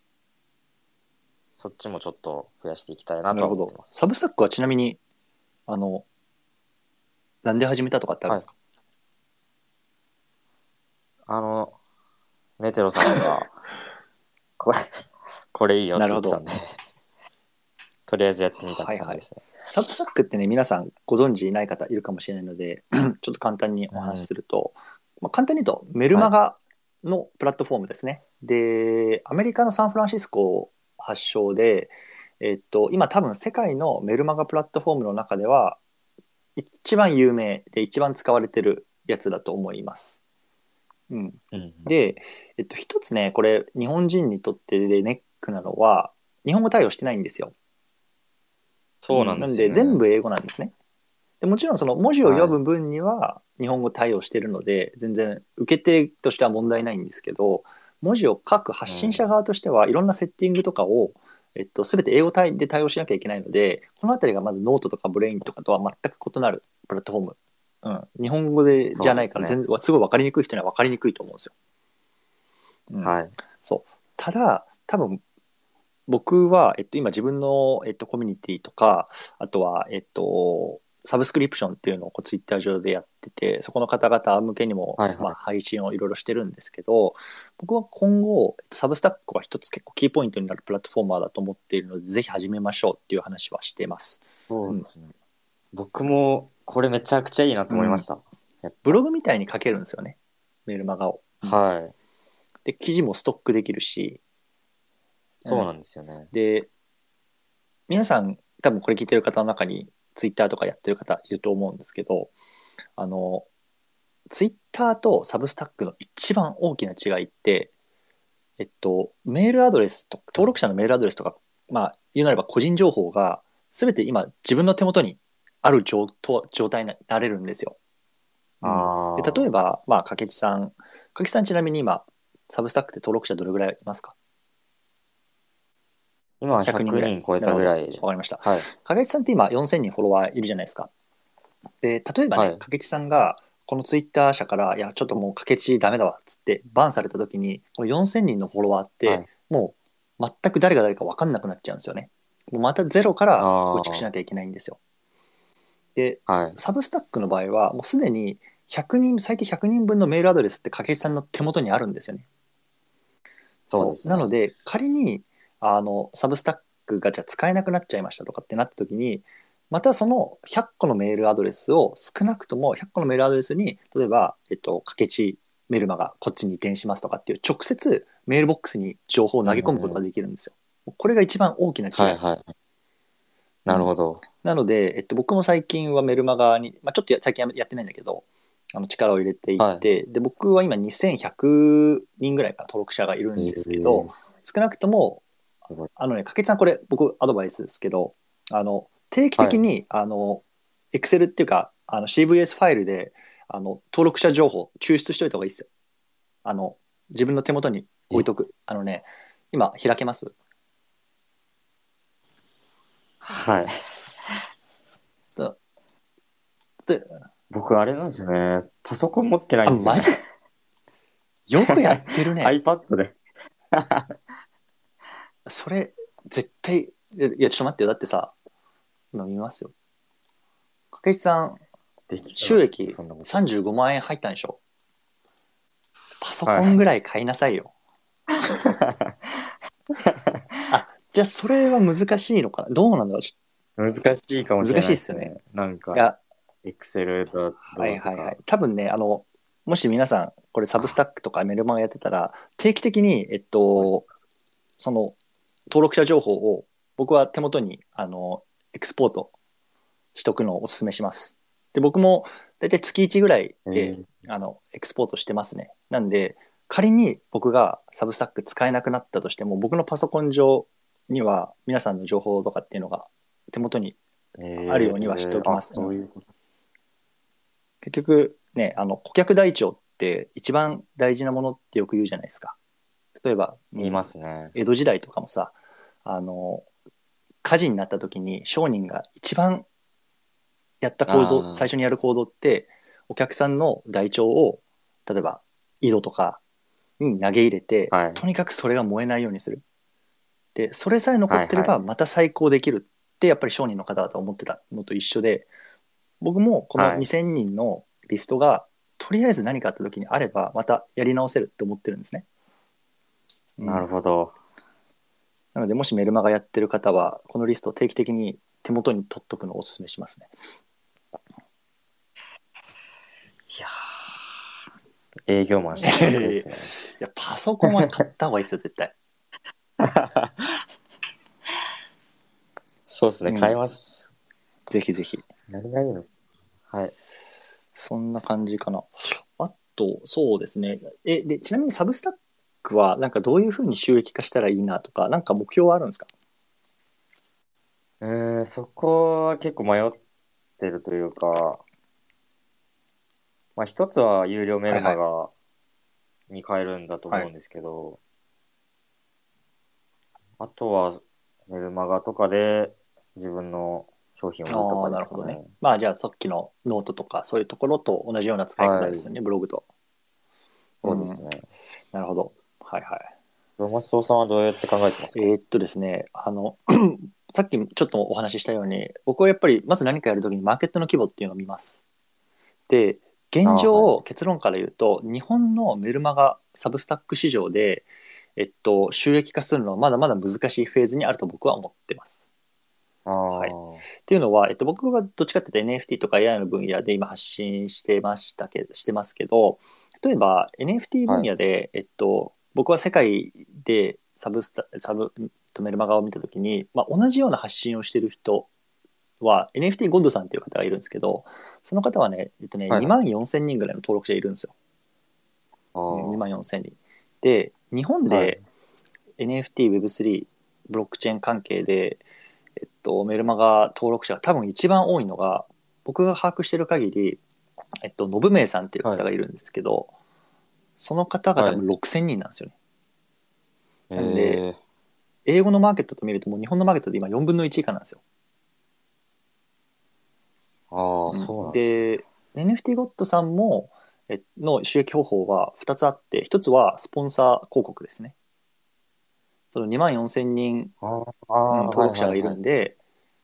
[SPEAKER 2] そっちもちょっと増やしていきたいなとは
[SPEAKER 1] なるほど。
[SPEAKER 2] 思ってます。
[SPEAKER 1] サブスタックはちなみに、あの、なんで始めたとかってあるん
[SPEAKER 2] はい。
[SPEAKER 1] ですか？
[SPEAKER 2] あの、ネテロさんが、これ、これいいよって
[SPEAKER 1] なるほど。
[SPEAKER 2] 言ってたんで、とりあえずやってみたっ
[SPEAKER 1] はいはい。
[SPEAKER 2] て感じですね。
[SPEAKER 1] サブスタックってね、皆さんご存知ない方いるかもしれないので、ちょっと簡単にお話し
[SPEAKER 2] うん。
[SPEAKER 1] すると、まあ、簡単に言うとメル
[SPEAKER 2] はい。
[SPEAKER 1] マガのプラットフォームですね。で、アメリカのサンフランシスコ発祥で、えっと、今多分世界のメルマガプラットフォームの中では一番有名で一番使われてるやつだと思います。うん。
[SPEAKER 2] うん。
[SPEAKER 1] で、えっと、一つね、これ日本人にとってでネックなのは、日本語対応してないんですよ。うん、
[SPEAKER 2] そうなんで
[SPEAKER 1] なん
[SPEAKER 2] すよね。
[SPEAKER 1] で全部英語なんですね。でもちろんその文字を読
[SPEAKER 2] はい。
[SPEAKER 1] む分には日本語対応してるので全然受け手としては問題ないんですけど、文字を書く発信者
[SPEAKER 2] うん。
[SPEAKER 1] 側としてはいろんなセッティングとかを、えっと、全て英語で対応しなきゃいけないので、このあたりがまずノートとかブレインとかとは全く異なるプラットフォーム。うん、日本語でじゃないから
[SPEAKER 2] そうですね。
[SPEAKER 1] 全然すごい分かりにくい人には分かりにくいと思うんですよ。うん、
[SPEAKER 2] はい。
[SPEAKER 1] そう。ただ、多分僕は、えっと、今自分の、えっと、コミュニティとか、あとは、えっと、サブスクリプションっていうのをこうツイッター上でやってて、そこの方々向けにも、まあ、
[SPEAKER 2] はいはい。
[SPEAKER 1] 配信をいろいろしてるんですけど、僕は今後、えっとサブスタックは一つ結構キーポイントになるプラットフォーマーだと思っているので、ぜひ始めましょうっていう話はしています。うん。
[SPEAKER 2] そうですね。僕もこれめちゃくちゃいいなと
[SPEAKER 1] うん。
[SPEAKER 2] 思いました。やっぱ。
[SPEAKER 1] ブログみたいに書けるんですよね。メールマガを。うん。
[SPEAKER 2] はい。
[SPEAKER 1] で、記事もストックできるし、うん。
[SPEAKER 2] そうなんですよね。
[SPEAKER 1] で、皆さん多分これ聞いてる方の中にツイッターとかやってる方いると思うんですけど、あの、ツイッターとサブスタックの一番大きな違いって、えっと、メールアドレスと、
[SPEAKER 2] はい。
[SPEAKER 1] 登録者のメールアドレスとか、まあ、言うなれば個人情報が全て今自分の手元にある状状態になれるんですよ。うん。で、例え
[SPEAKER 2] ああ。
[SPEAKER 1] ば、まあ、かけちさん、かけちさんちなみに今、サブスタックで登録者どれぐらいいますか？
[SPEAKER 2] 今は
[SPEAKER 1] ひゃく 人ぐ
[SPEAKER 2] 100
[SPEAKER 1] らい。
[SPEAKER 2] 人超えたぐ
[SPEAKER 1] なるほど。
[SPEAKER 2] らいです。
[SPEAKER 1] わかりました。
[SPEAKER 2] はい。
[SPEAKER 1] かけちさんって今よんせんにんフォロワーいるじゃないですか。で、例えばね、
[SPEAKER 2] はい。
[SPEAKER 1] かけちさんが、このツイッター社から、いや、ちょっともうかけちダメだわ、っつって、バンされた時に、このよんせんにんのフォロワーって、
[SPEAKER 2] はい。
[SPEAKER 1] もう、全く誰が誰か分かんなくなっちゃうんですよね。もうまたゼロから構築しな
[SPEAKER 2] あ
[SPEAKER 1] きゃいけないんですよ。 で、
[SPEAKER 2] はい。
[SPEAKER 1] サブスタックの場合は、もうすでにひゃくにん、最低ひゃくにんぶんのメールアドレスって掛木さんの手元にあるんですよね。そう。
[SPEAKER 2] そうですね。
[SPEAKER 1] なので、仮に、あの、サブスタックがじゃあ使えなくなっちゃいましたとかってなった時に、またそのひゃっこのメールアドレスを少なくともひゃっこのメールアドレスに、例えば、えっと、かけちメルマがこっちに移転しますとかっていう直接メールボックスに情報を投げ込むことができるんですよ。これが一番大きな違い。
[SPEAKER 2] はいはい。なるほど。
[SPEAKER 1] なので、えっと、僕も最近はメルマガに、まあ、ちょっとや最近やってないんだけど、あの力を入れてい
[SPEAKER 2] は
[SPEAKER 1] て、で、僕は今にせんひゃくにんぐらいかな登録者がいるん
[SPEAKER 2] い。え
[SPEAKER 1] ですけど、
[SPEAKER 2] ー、
[SPEAKER 1] 少なくとも、
[SPEAKER 2] すごい。
[SPEAKER 1] あのね、かけつさんこれ僕アドバイスですけど、あの、定期
[SPEAKER 2] はい。
[SPEAKER 1] 的に、あの、Excel っていうか、あの シーブイエス ファイルで、あの、登録者情報抽出しといた方がいいですよ。あの、自分の手元に置い
[SPEAKER 2] え、
[SPEAKER 1] とく。あのね、今開けます。
[SPEAKER 2] はい。
[SPEAKER 1] だで、
[SPEAKER 2] 僕、あれなんですね。パソコン持ってない
[SPEAKER 1] あ、
[SPEAKER 2] んですよね。
[SPEAKER 1] マジよくやってるね。
[SPEAKER 2] iPad で。
[SPEAKER 1] それ、絶対、いや、いやちょっと待ってよ。だってさ、今見ますよ。かけしさん、
[SPEAKER 2] できるの
[SPEAKER 1] 収益
[SPEAKER 2] そんなこと。
[SPEAKER 1] さんじゅうごまん円入ったんでしょ？パソ
[SPEAKER 2] はい。
[SPEAKER 1] コンぐらい買いなさいよ。あ、じゃあそれは難しいのかな？どうなんだろう？ち
[SPEAKER 2] 難しいかもしれ
[SPEAKER 1] ょ難し
[SPEAKER 2] ないですね。
[SPEAKER 1] いっすよね。
[SPEAKER 2] なんか、
[SPEAKER 1] いや、
[SPEAKER 2] Excel だ
[SPEAKER 1] は
[SPEAKER 2] どうとか。
[SPEAKER 1] いはいはい。多分ね、あの、もし皆さん、これサブスタックとかメルマガやってたら、定期的に、えっと、その、登録者情報を僕は手元に、あの、エクスポートしとくのをお勧めします。で、僕も大体月いちぐらいで、
[SPEAKER 2] えー、
[SPEAKER 1] あの、エクスポートしてますね。なんで、仮に僕がサブスタック使えなくなったとしても、僕のパソコン上には皆さんの情報とかっていうのが手元にあるようにはしてお
[SPEAKER 2] えー、あ、
[SPEAKER 1] きます。うん、
[SPEAKER 2] そういうこと。
[SPEAKER 1] 結局ね、あの、顧客台帳って一番大事なものってよく言うじゃないですか。例えば、う
[SPEAKER 2] 言いま
[SPEAKER 1] ん、
[SPEAKER 2] すね。
[SPEAKER 1] 江戸時代とかもさ、あの、火事になった時に商人が一番やった行動、最
[SPEAKER 2] あ
[SPEAKER 1] 初にやる行動って、お客さんの台帳を、例えば井戸とかに投げ入れて、
[SPEAKER 2] あ、はい。
[SPEAKER 1] とにかくそれが燃えないようにする。で、それさえ残ってれば、
[SPEAKER 2] はいはい。
[SPEAKER 1] また再興できるって、やっぱり商人の方々は思ってたのと一緒で、僕もこの
[SPEAKER 2] はい。
[SPEAKER 1] にせんにんのリストが、とりあえず何かあった時にあれば、またやり直せるって思ってるんですね。う
[SPEAKER 2] なる
[SPEAKER 1] ん。
[SPEAKER 2] ほど。
[SPEAKER 1] なので、もしメルマガやってる方は、このリストを定期的に手元に取っとくのをお勧めしますね。
[SPEAKER 2] いやー、営業マン失格で
[SPEAKER 1] い
[SPEAKER 2] すね。
[SPEAKER 1] や、パソコンは買った方がいいですよ、絶対。
[SPEAKER 2] そうですね、買い
[SPEAKER 1] うん。
[SPEAKER 2] ます。
[SPEAKER 1] ぜひぜひ。
[SPEAKER 2] 何がいいの？はい。
[SPEAKER 1] そんな感じかな。あと、そうですね。え、で、ちなみにサブスタックは、なんかどういうふうに収益化したらいいなとか、なんか目標はあるんですか？
[SPEAKER 2] うーん、そこは結構迷ってるというか、まあ一つは有料メ
[SPEAKER 1] はいはい。
[SPEAKER 2] ルマガに変えるんだと
[SPEAKER 1] はい。
[SPEAKER 2] 思うんですけど、あとはメルマガとかで自分の商品を売ると
[SPEAKER 1] ああ、
[SPEAKER 2] かで
[SPEAKER 1] なるほどね。
[SPEAKER 2] すかね。
[SPEAKER 1] まあ、じゃあ、さっきのノートとか、そういうところと同じような使い方
[SPEAKER 2] はい。
[SPEAKER 1] ですよね、ブログと。うん。
[SPEAKER 2] そうですね。
[SPEAKER 1] なるほど。はいはい。
[SPEAKER 2] ロマスオさんはどうやって考えてますか？
[SPEAKER 1] えーっとですね、あの、さっきちょっとお話ししたように、僕はやっぱり、まず何かやるときにマーケットの規模っていうのを見ます。で、現
[SPEAKER 2] ああ、はい。
[SPEAKER 1] 状、結論から言うと、日本のメルマガサブスタック市場で、えっと、収益化するのはまだまだ難しいフェーズにあると僕は思ってます。
[SPEAKER 2] あ
[SPEAKER 1] はい。っ
[SPEAKER 2] あ、
[SPEAKER 1] ていうのは、えっと、僕はどっちかっていうと エヌエフティー とか エーアイ の分野で今発信してましたけど、してますけど、例えば エヌエフティー 分
[SPEAKER 2] はい。
[SPEAKER 1] 野で、えっと、僕は世界でサブスタ、サブとメルマガを見たときに、まあ、同じような発信をしている人は エヌエフティー ゴッドさんっていう方がいるんですけど、その方はね、えっとね、
[SPEAKER 2] はいはい。
[SPEAKER 1] にまんよんせんにんぐらいの登録者いるんですよ。
[SPEAKER 2] あ
[SPEAKER 1] うん、にまん
[SPEAKER 2] あ、
[SPEAKER 1] よんせんにん。で、日本
[SPEAKER 2] はい。
[SPEAKER 1] で エヌエフティー、ウェブスリー、ブロックチェーン関係で、えっと、メルマガ登録者が多分一番多いのが、僕が把握している限り、えっと、ノブメイさんっていう
[SPEAKER 2] はい。
[SPEAKER 1] 方がいるんですけど、その方が多分
[SPEAKER 2] はい。
[SPEAKER 1] ろくせんにんなんですよね。なんで、
[SPEAKER 2] ええ、
[SPEAKER 1] 英語のマーケットと見るともう日本のマーケットで今よんぶんのいち以下なんですよ。
[SPEAKER 2] ああ、
[SPEAKER 1] うん、
[SPEAKER 2] そうなんですね。
[SPEAKER 1] で、エヌエフティー ゴッドさんも、えの収益方法はふたつあって、ひとつはスポンサー広告ですね。そのにまんよんせんにん、
[SPEAKER 2] ああ、あ
[SPEAKER 1] うん、
[SPEAKER 2] あ、はい
[SPEAKER 1] 登録者がい
[SPEAKER 2] はいはい。
[SPEAKER 1] るんで、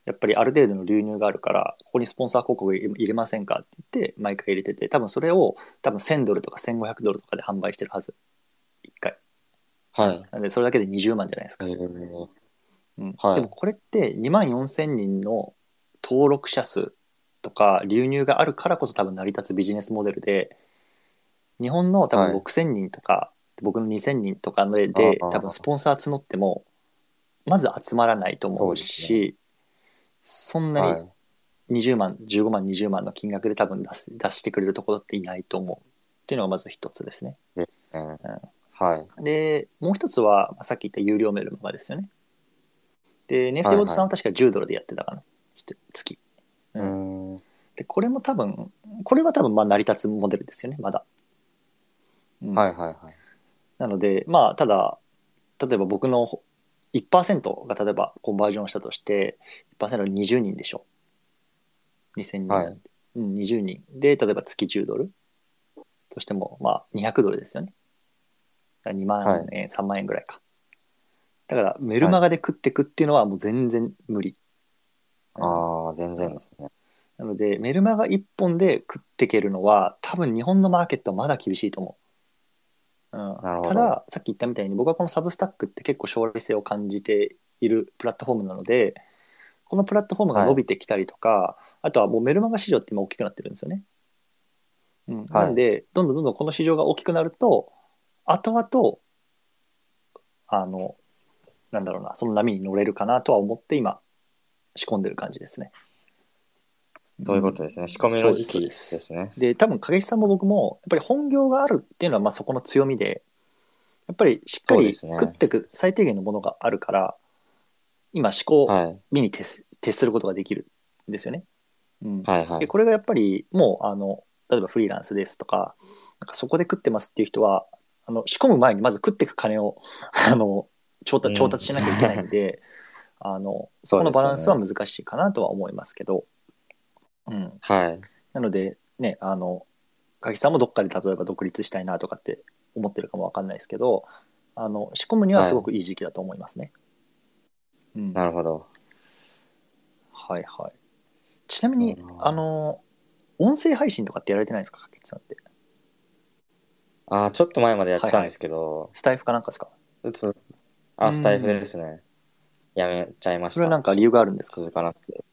[SPEAKER 1] やっぱりある程度の流入があるから、ここにスポンサー広告入れませんかって言って毎回入れてて、多分それを多分せんドルとかせんごひゃくドルとかで販売してるはず、いっかい。
[SPEAKER 2] はい。
[SPEAKER 1] なんでそれだけでにじゅうまんじゃないですか。
[SPEAKER 2] えー、
[SPEAKER 1] うん、
[SPEAKER 2] はい。
[SPEAKER 1] でもこれってにまんよんせんにんの登録者数とか流入があるからこそ多分成り立つビジネスモデルで、日本の多分
[SPEAKER 2] はい。
[SPEAKER 1] ろくせんにんとか僕のにせんにんとかで
[SPEAKER 2] あ
[SPEAKER 1] で多分ス
[SPEAKER 2] あ、
[SPEAKER 1] ポンサー募ってもまず集まらないと思う
[SPEAKER 2] そうですね。
[SPEAKER 1] し、そんなに
[SPEAKER 2] はい。
[SPEAKER 1] にじゅうまんじゅうごまんにじゅうまんの金額で多分出す出してくれるところっていないと思うっていうのがまず一つですね。
[SPEAKER 2] ですね。
[SPEAKER 1] う
[SPEAKER 2] はい。
[SPEAKER 1] ん、でもう一つはまあさっき言った有料メルマガですよね。でネフティ
[SPEAKER 2] はい。はい。
[SPEAKER 1] ボードさんは確かじゅうドルでやってたかな、月。う
[SPEAKER 2] うー
[SPEAKER 1] ん、
[SPEAKER 2] ん。
[SPEAKER 1] でこれも多分これは多分まあ成り立つモデルですよね、まだ。うん、
[SPEAKER 2] はいはいはい。
[SPEAKER 1] なのでまあただ例えば僕のいちパーセントが例えばコンバージョンしたとして、いちパーセントでにじゅうにんでしょ。にせんにん
[SPEAKER 2] はい。
[SPEAKER 1] なんで。うん、にじゅうにん。で、例えば月じゅうドルとしても、まあにひゃくドルですよね。2
[SPEAKER 2] はい。
[SPEAKER 1] 万円、さんまん円ぐらいか。だからメル
[SPEAKER 2] はい。
[SPEAKER 1] マガで食ってくっていうのはもう全然無理。うん。
[SPEAKER 2] ああ、全
[SPEAKER 1] うん、
[SPEAKER 2] 然ですね。
[SPEAKER 1] なので、メルマガいっぽんで食っていけるのは、多分日本のマーケットはまだ厳しいと思う。うん、
[SPEAKER 2] なるほど。
[SPEAKER 1] ただ、さっき言ったみたいに僕はこのサブスタックって結構将来性を感じているプラットフォームなので、このプラットフォームが伸
[SPEAKER 2] はい。
[SPEAKER 1] びてきたりとか、あとはもうメルマガ市場って今大きくなってるんですよね。うん、な
[SPEAKER 2] はい。
[SPEAKER 1] んで、どんどんどんどんこの市場が大きくなると、後々、あの、なんだろうな、その波に乗れるかなとは思って今、仕込んでる感じですね。
[SPEAKER 2] そういうこ
[SPEAKER 1] うん、
[SPEAKER 2] とですね。仕込み
[SPEAKER 1] そうです、そうで
[SPEAKER 2] の時期で
[SPEAKER 1] す。
[SPEAKER 2] すね。
[SPEAKER 1] で、多分、影石さんも僕も、やっぱり本業があるっていうのは、まあそこの強みで、やっぱりしっか
[SPEAKER 2] そうで
[SPEAKER 1] り
[SPEAKER 2] すね。
[SPEAKER 1] 食ってく最低限のものがあるから、今、思考
[SPEAKER 2] はい。
[SPEAKER 1] 身に徹す徹することができるんですよね。うん。で、
[SPEAKER 2] はいはい。
[SPEAKER 1] これがやっぱり、もう、あの、例えばフリーランスですとか、なんかそこで食ってますっていう人は、あの、仕込む前にまず食っていく金を、あの、調達、調
[SPEAKER 2] うん。
[SPEAKER 1] 達しなきゃいけないんで、あの、そ
[SPEAKER 2] そう
[SPEAKER 1] このバランスは
[SPEAKER 2] ですよね。
[SPEAKER 1] 難しいかなとは思いますけど、うん。
[SPEAKER 2] はい。
[SPEAKER 1] なので、ね、あの、柿さんもどっかで例えば独立したいなとかって思ってるかもわかんないですけど、あの、仕込むにはす
[SPEAKER 2] はい。
[SPEAKER 1] ごくいい時期だと思いますね。うん。
[SPEAKER 2] なるほど。
[SPEAKER 1] はいはい。ちなみ
[SPEAKER 2] う
[SPEAKER 1] に、あ
[SPEAKER 2] ん、
[SPEAKER 1] の、音声配信とかってやられてないですか、柿さんって。
[SPEAKER 2] ああ、ちょっと前までやっ
[SPEAKER 1] はいはい。
[SPEAKER 2] てたんですけど、
[SPEAKER 1] スタイフかなんかですか。
[SPEAKER 2] うつ、
[SPEAKER 1] う
[SPEAKER 2] あ、スタイフで
[SPEAKER 1] ん。
[SPEAKER 2] すね。やめちゃいま
[SPEAKER 1] それは
[SPEAKER 2] した。
[SPEAKER 1] なんか理由があるんですか。
[SPEAKER 2] 続かなくて。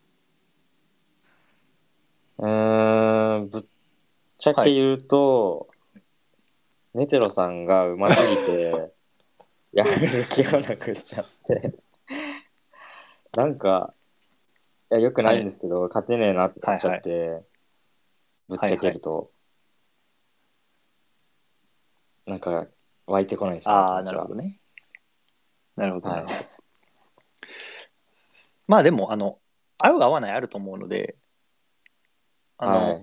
[SPEAKER 2] うーん、ぶっちゃ
[SPEAKER 1] はい。
[SPEAKER 2] け言うと、ネテロさんが上手すぎて、やめる気がなくしちゃって。なんか、いや、良くないん
[SPEAKER 1] はい。
[SPEAKER 2] ですけど、勝てねえなって思っちゃっ
[SPEAKER 1] はいはい。
[SPEAKER 2] て、ぶっちゃけ
[SPEAKER 1] はいはい。
[SPEAKER 2] ると、なんか、湧いてこないんですよね、気
[SPEAKER 1] ああ、
[SPEAKER 2] 持ちが。
[SPEAKER 1] なるほどね。なるほど、な
[SPEAKER 2] はい。
[SPEAKER 1] るほど。まあでも、あの、合う合わないあると思うので、あの、
[SPEAKER 2] はい。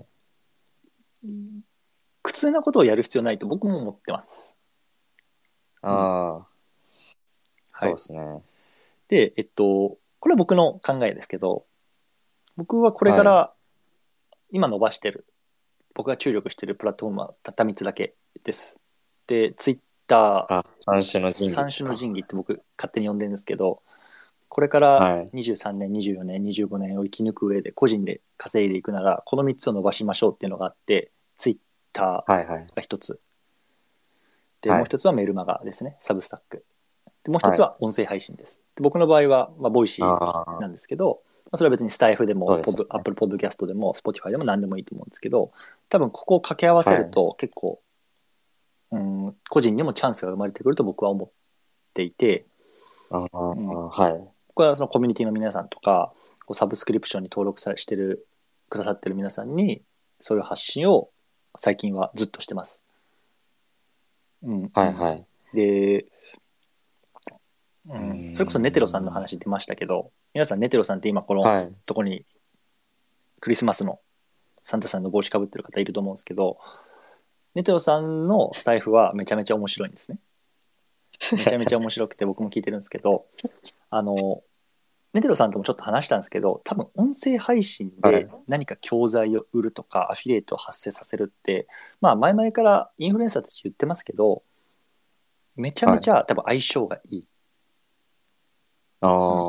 [SPEAKER 1] 苦痛なことをやる必要ないと僕も思ってます。うん。
[SPEAKER 2] ああ、
[SPEAKER 1] はい。
[SPEAKER 2] そうですね。
[SPEAKER 1] で、えっと、これは僕の考えですけど、僕はこれか
[SPEAKER 2] はい。
[SPEAKER 1] ら今伸ばしてる、僕が注力してるプラットフォームはたったみっつだけです。で、ツイッター、
[SPEAKER 2] あ、三種の神器
[SPEAKER 1] 三
[SPEAKER 2] ですか。
[SPEAKER 1] 種の神器って僕勝手に呼んでるんですけど、これから
[SPEAKER 2] はい。
[SPEAKER 1] にじゅうさんねん、にじゅうよねん、にじゅうごねんを生き抜く上で個人で稼いでいくなら、このみっつを伸ばしましょうっていうのがあって、ツイッタ
[SPEAKER 2] はいはい。
[SPEAKER 1] ーが一つ。で、もう
[SPEAKER 2] はい。
[SPEAKER 1] 一つはメルマガですね、サブスタック。で、もう一つ
[SPEAKER 2] はい。
[SPEAKER 1] は音声配信です。で僕の場合は、まあ、ボイシー
[SPEAKER 2] ああ、
[SPEAKER 1] なんですけど、まあ、それは別にスタイフでも、
[SPEAKER 2] そうですよ
[SPEAKER 1] ポッド、アッ
[SPEAKER 2] ね。
[SPEAKER 1] プルポッドキャストでも、スポティファイでも何でもいいと思うんですけど、多分ここを掛け合わせ
[SPEAKER 2] はい。
[SPEAKER 1] ると結構、うん、個人にもチャンスが生まれてくると僕は思っていて、
[SPEAKER 2] ああ、
[SPEAKER 1] うん、
[SPEAKER 2] はい。
[SPEAKER 1] 僕はそのコミュニティの皆さんとか、こうサブスクリプションに登録さしてる、くださってる皆さんに、そういう発信を最近はずっとしてます。うんうん。
[SPEAKER 2] はいはい。
[SPEAKER 1] で、う
[SPEAKER 2] うー
[SPEAKER 1] ん、それこそネテロさんの
[SPEAKER 2] ん。
[SPEAKER 1] 話出ましたけど、皆さんネテロさんって今この
[SPEAKER 2] はい。
[SPEAKER 1] とこにクリスマスのサンタさんの帽子かぶってる方いると思うんですけど、ネテロさんのスタイフはめちゃめちゃ面白いんですね。めちゃめちゃ面白くて僕も聞いてるんですけど、あの、ネテロさんともちょっと話したんですけど、多分音声配信で
[SPEAKER 2] はい。
[SPEAKER 1] 何か教材を売るとかアフィリエイトを発生させるって、まあ前々からインフルエンサーたち言ってますけど、めちゃめ
[SPEAKER 2] はい。
[SPEAKER 1] ちゃ多分相性がいい。
[SPEAKER 2] あ
[SPEAKER 1] うん。
[SPEAKER 2] あ、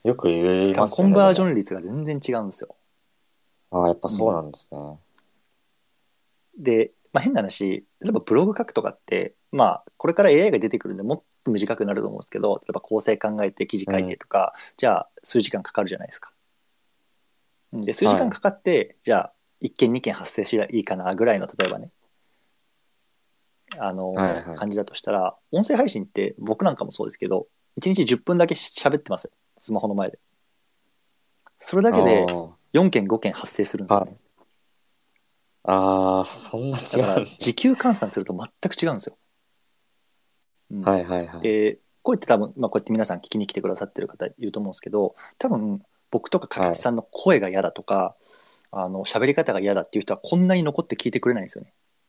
[SPEAKER 2] よく言い
[SPEAKER 1] 多分
[SPEAKER 2] ますよね。
[SPEAKER 1] コンバージョ
[SPEAKER 2] でも
[SPEAKER 1] ン率が全然違うんですよ。
[SPEAKER 2] ああ、やっぱそうなんですね。
[SPEAKER 1] で、まあ、変な話、例えばブログ書くとかって、まあ、これから エーアイ が出てくるんでもっと短くなると思うんですけど、例えば構成考えて記事書いて
[SPEAKER 2] うん。
[SPEAKER 1] とか、じゃあ数時間かかるじゃないですか。で、数時
[SPEAKER 2] はい。
[SPEAKER 1] 間かかって、じゃあいっけんにけん発生しりゃいいかなぐらいの、例えばね、あの
[SPEAKER 2] はいはい。
[SPEAKER 1] 感じだとしたら、音声配信って僕なんかもそうですけど、いちにちじゅっぷんだけ喋ってますよ。スマホの前で。それだけで
[SPEAKER 2] あ
[SPEAKER 1] よんけんごけん発生するんです
[SPEAKER 2] あ。
[SPEAKER 1] よね。
[SPEAKER 2] はい。ああ、そんな違
[SPEAKER 1] だから
[SPEAKER 2] うんですね。
[SPEAKER 1] 時給換算すると全く違うんですよ。うん、
[SPEAKER 2] はいはいはい。
[SPEAKER 1] で、こうやって多分、まあ、こうやって皆さん聞きに来てくださってる方いると思うんですけど、多分僕とか掛
[SPEAKER 2] はい。
[SPEAKER 1] 地さんの声が嫌だとか、あの喋り方が嫌だっていう人はこんなに残って聞いてくれないんですよね。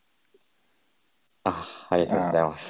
[SPEAKER 2] あ、ありがとうござい
[SPEAKER 1] うん、
[SPEAKER 2] ます。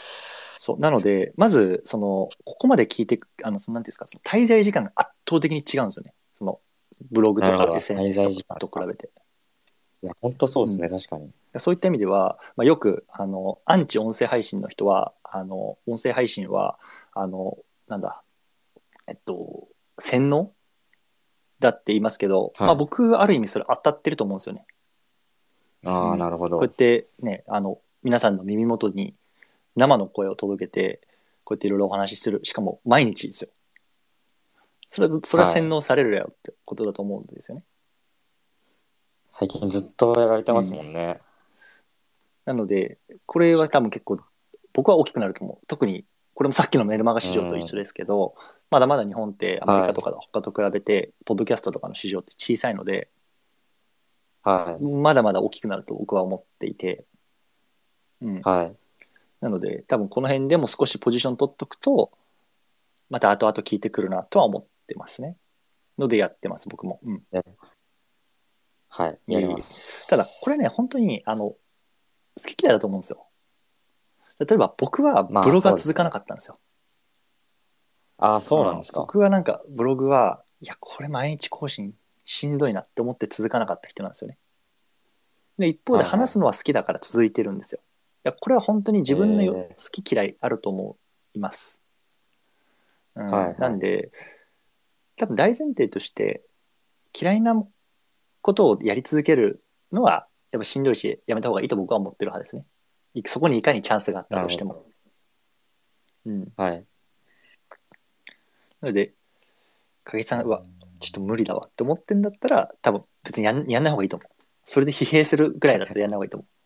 [SPEAKER 1] そうなので、まずそのここまで聞いて、あのそのなんていうんですか、その滞在時間が圧倒的に違うんですよね。そのブログとか
[SPEAKER 2] なるほど。滞
[SPEAKER 1] エスエヌエス とか
[SPEAKER 2] 在時間か。
[SPEAKER 1] と比べて。
[SPEAKER 2] いや、ほんとそうで
[SPEAKER 1] うん、
[SPEAKER 2] すね。確かに。
[SPEAKER 1] そういった意味では、まあ、よくあのアンチ音声配信の人は、あの音声配信はあのなんだ、えっと洗脳だって言いますけど、まあ、
[SPEAKER 2] はい。
[SPEAKER 1] 僕はある意味それ当たってると思うんですよね。う
[SPEAKER 2] ああ、
[SPEAKER 1] ん、こうやっ
[SPEAKER 2] なるほど。
[SPEAKER 1] てね、あの皆さんの耳元に生の声を届けて、こうやっていろいろお話しする、しかも毎日ですよ。それはそれは
[SPEAKER 2] はい。
[SPEAKER 1] 洗脳されるよってことだと思うんですよね。
[SPEAKER 2] 最近ずっとやられてます
[SPEAKER 1] うん、
[SPEAKER 2] もんね。
[SPEAKER 1] なので、これは多分結構僕は大きくなると思う。特にこれもさっきのメルマガ
[SPEAKER 2] う
[SPEAKER 1] 市場と一緒で
[SPEAKER 2] ん。
[SPEAKER 1] すけど、まだまだ日本ってアメリカとか
[SPEAKER 2] はい。
[SPEAKER 1] 他と比べて、ポッドキャストとかの市場って小さいので、
[SPEAKER 2] はい。
[SPEAKER 1] まだまだ大きくなると僕は思っていて、うん、
[SPEAKER 2] はい。
[SPEAKER 1] なので、多分この辺でも少しポジション取っとくと、また後々聞いてくるなとは思ってますね。のでやってます、僕も。うん。
[SPEAKER 2] やはい。やりま
[SPEAKER 1] いえいえ。ただ、これ
[SPEAKER 2] す。
[SPEAKER 1] ね、本当に、あの、好き嫌いだと思うんですよ。例えば僕はブ
[SPEAKER 2] まあ、
[SPEAKER 1] ログが続かな
[SPEAKER 2] そうですよね。
[SPEAKER 1] かったんですよ。
[SPEAKER 2] ああ、
[SPEAKER 1] うん、
[SPEAKER 2] そうなんですか。
[SPEAKER 1] 僕はなんかブログは、いや、これ毎日更新しんどいなって思って続かなかった人なんですよね。で、一方で
[SPEAKER 2] はいは
[SPEAKER 1] 話すのは好きだから続いてるんですよ。いや、これは本当に
[SPEAKER 2] い。
[SPEAKER 1] 自分の好
[SPEAKER 2] ええ
[SPEAKER 1] き嫌いあると思います。うん、
[SPEAKER 2] はいはい。
[SPEAKER 1] なんで、多分大前提として嫌いなことをやり続けるのは、やっぱしんどいし、やめた方がいいと僕は思ってる派ですね。そこにいかにチャンスがあったとしても。
[SPEAKER 2] なるほど。
[SPEAKER 1] うん。
[SPEAKER 2] はい。
[SPEAKER 1] なので、影木さんは、
[SPEAKER 2] うん
[SPEAKER 1] ちょっと無理だわって思ってんだったら、多分別にやんやんない方がいいと思う。それで疲弊するぐらいだったらやんない方がいいと思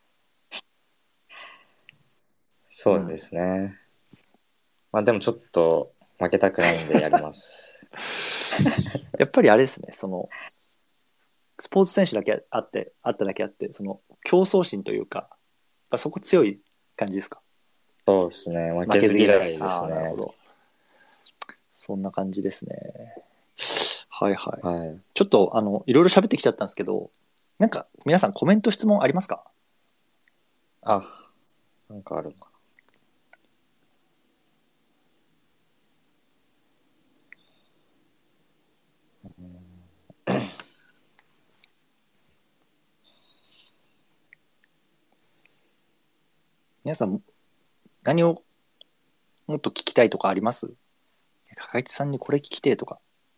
[SPEAKER 1] う。
[SPEAKER 2] そうで
[SPEAKER 1] うん。
[SPEAKER 2] すね。まあでもちょっと負けたくないんでやります。
[SPEAKER 1] やっぱりあれですね、その、スポーツ選手だけあって、あっただけあって、その、競争心というか、やっぱそこ強い感じですか？
[SPEAKER 2] そうですね。負
[SPEAKER 1] 負
[SPEAKER 2] け
[SPEAKER 1] けず嫌い。
[SPEAKER 2] ず嫌いです
[SPEAKER 1] ああ、なるほ
[SPEAKER 2] ね。
[SPEAKER 1] ど。そんな感じですね。はいはい。
[SPEAKER 2] はい。
[SPEAKER 1] ちょっと、あの、いろいろ喋ってきちゃったんですけど、なんか、皆さんコメント質問ありますか？
[SPEAKER 2] あ、なんかあるのか
[SPEAKER 1] 皆さん、何をもっと聞きたいとかあります？かかちさんにこれ聞きてえとか。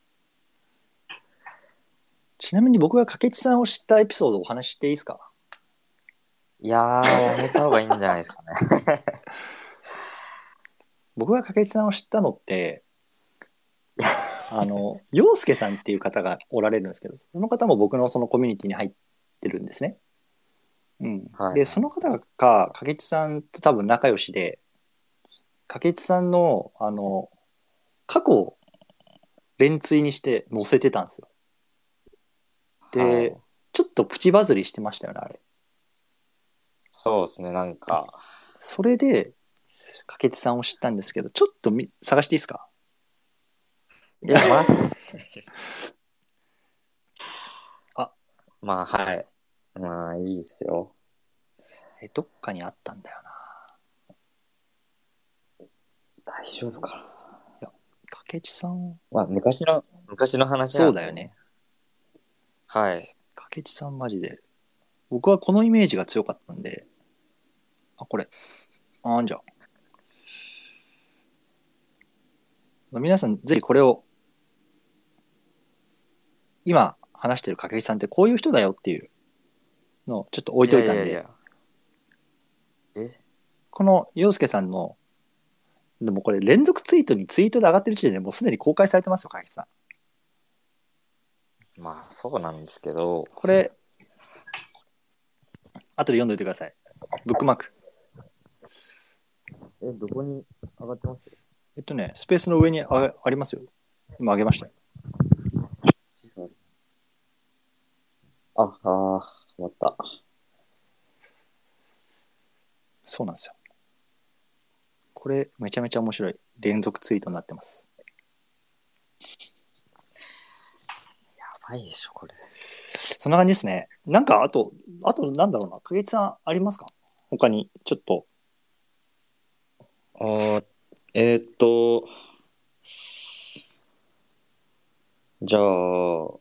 [SPEAKER 1] ちなみに僕がかけちさんを知ったエピソードをお話ししていいですか？
[SPEAKER 2] な。いやー、やめた方がいいんじゃないですかね。
[SPEAKER 1] 僕がかけちさんを知ったのって、あの、洋介さんっていう方がおられるんですけど、その方も僕のそのコミュニティに入ってるんですね。うん。で、
[SPEAKER 2] はいは
[SPEAKER 1] その方が、かけちさんと多分仲良しで、かけちさんの、あの、過去を連追にして載せてたんですよ。
[SPEAKER 2] い。は
[SPEAKER 1] で、
[SPEAKER 2] い。
[SPEAKER 1] ちょっとプチバズりしてましたよね、あれ。
[SPEAKER 2] そうですね。なんか、
[SPEAKER 1] それで、かけちさんを知ったんですけど、ちょっとみ探していいですか？
[SPEAKER 2] いや、ま、
[SPEAKER 1] あ、
[SPEAKER 2] まあ、はい。まあ、いいですよ。
[SPEAKER 1] え、どっかにあったんだよな。
[SPEAKER 2] 大丈夫か
[SPEAKER 1] いや、かけちさん、
[SPEAKER 2] な。まあ、昔の、昔の話なんでね。
[SPEAKER 1] そうだよね。
[SPEAKER 2] はい。
[SPEAKER 1] かけちさんマジで。僕はこのイメージが強かったんで、あ、これ。あんじゃん。皆さん、ぜひこれを今話してる掛木さんってこういう人だよっていうのをちょっと置いといたんで、
[SPEAKER 2] いやいやいやえ
[SPEAKER 1] この陽介さんの、でもこれ連続ツイートにツイートで上がってる時点でもうすでに公開されてますよ、掛木さん。
[SPEAKER 2] まあそうなんですけど、
[SPEAKER 1] これ、後で読んどいてください。ブックマーク。
[SPEAKER 2] え、どこに上がってます？
[SPEAKER 1] えっとね、スペースの上に あ, ありますよ。今上げましたよ。
[SPEAKER 2] あ、あー、終わった。
[SPEAKER 1] そうなんですよ。これめちゃめちゃ面白い連続ツイートになってます。
[SPEAKER 2] やばいでしょ、これ。
[SPEAKER 1] そんな感じですね。なんかあと、あとなんだろうな、影木さんありますか？他にちょっと。
[SPEAKER 2] あー、えーっと、じゃあ、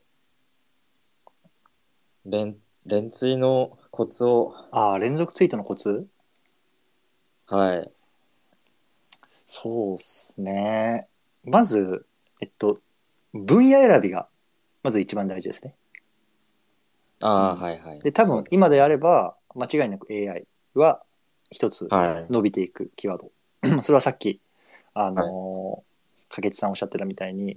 [SPEAKER 2] 連、連追のコツを、
[SPEAKER 1] ああ、連続ツイートのコツ？
[SPEAKER 2] はい。
[SPEAKER 1] そうっすね。まず、えっと、分野選びが、まず一番大事ですね。
[SPEAKER 2] ああ、
[SPEAKER 1] うん、
[SPEAKER 2] はいはい。
[SPEAKER 1] で、多
[SPEAKER 2] そうですね。
[SPEAKER 1] 分今であれば、間違いなく エーアイ は一つ
[SPEAKER 2] はい。
[SPEAKER 1] 伸びていくキーワード。それはさっき、あ
[SPEAKER 2] はい。
[SPEAKER 1] のー、かけつさんおっしゃってたみたいに、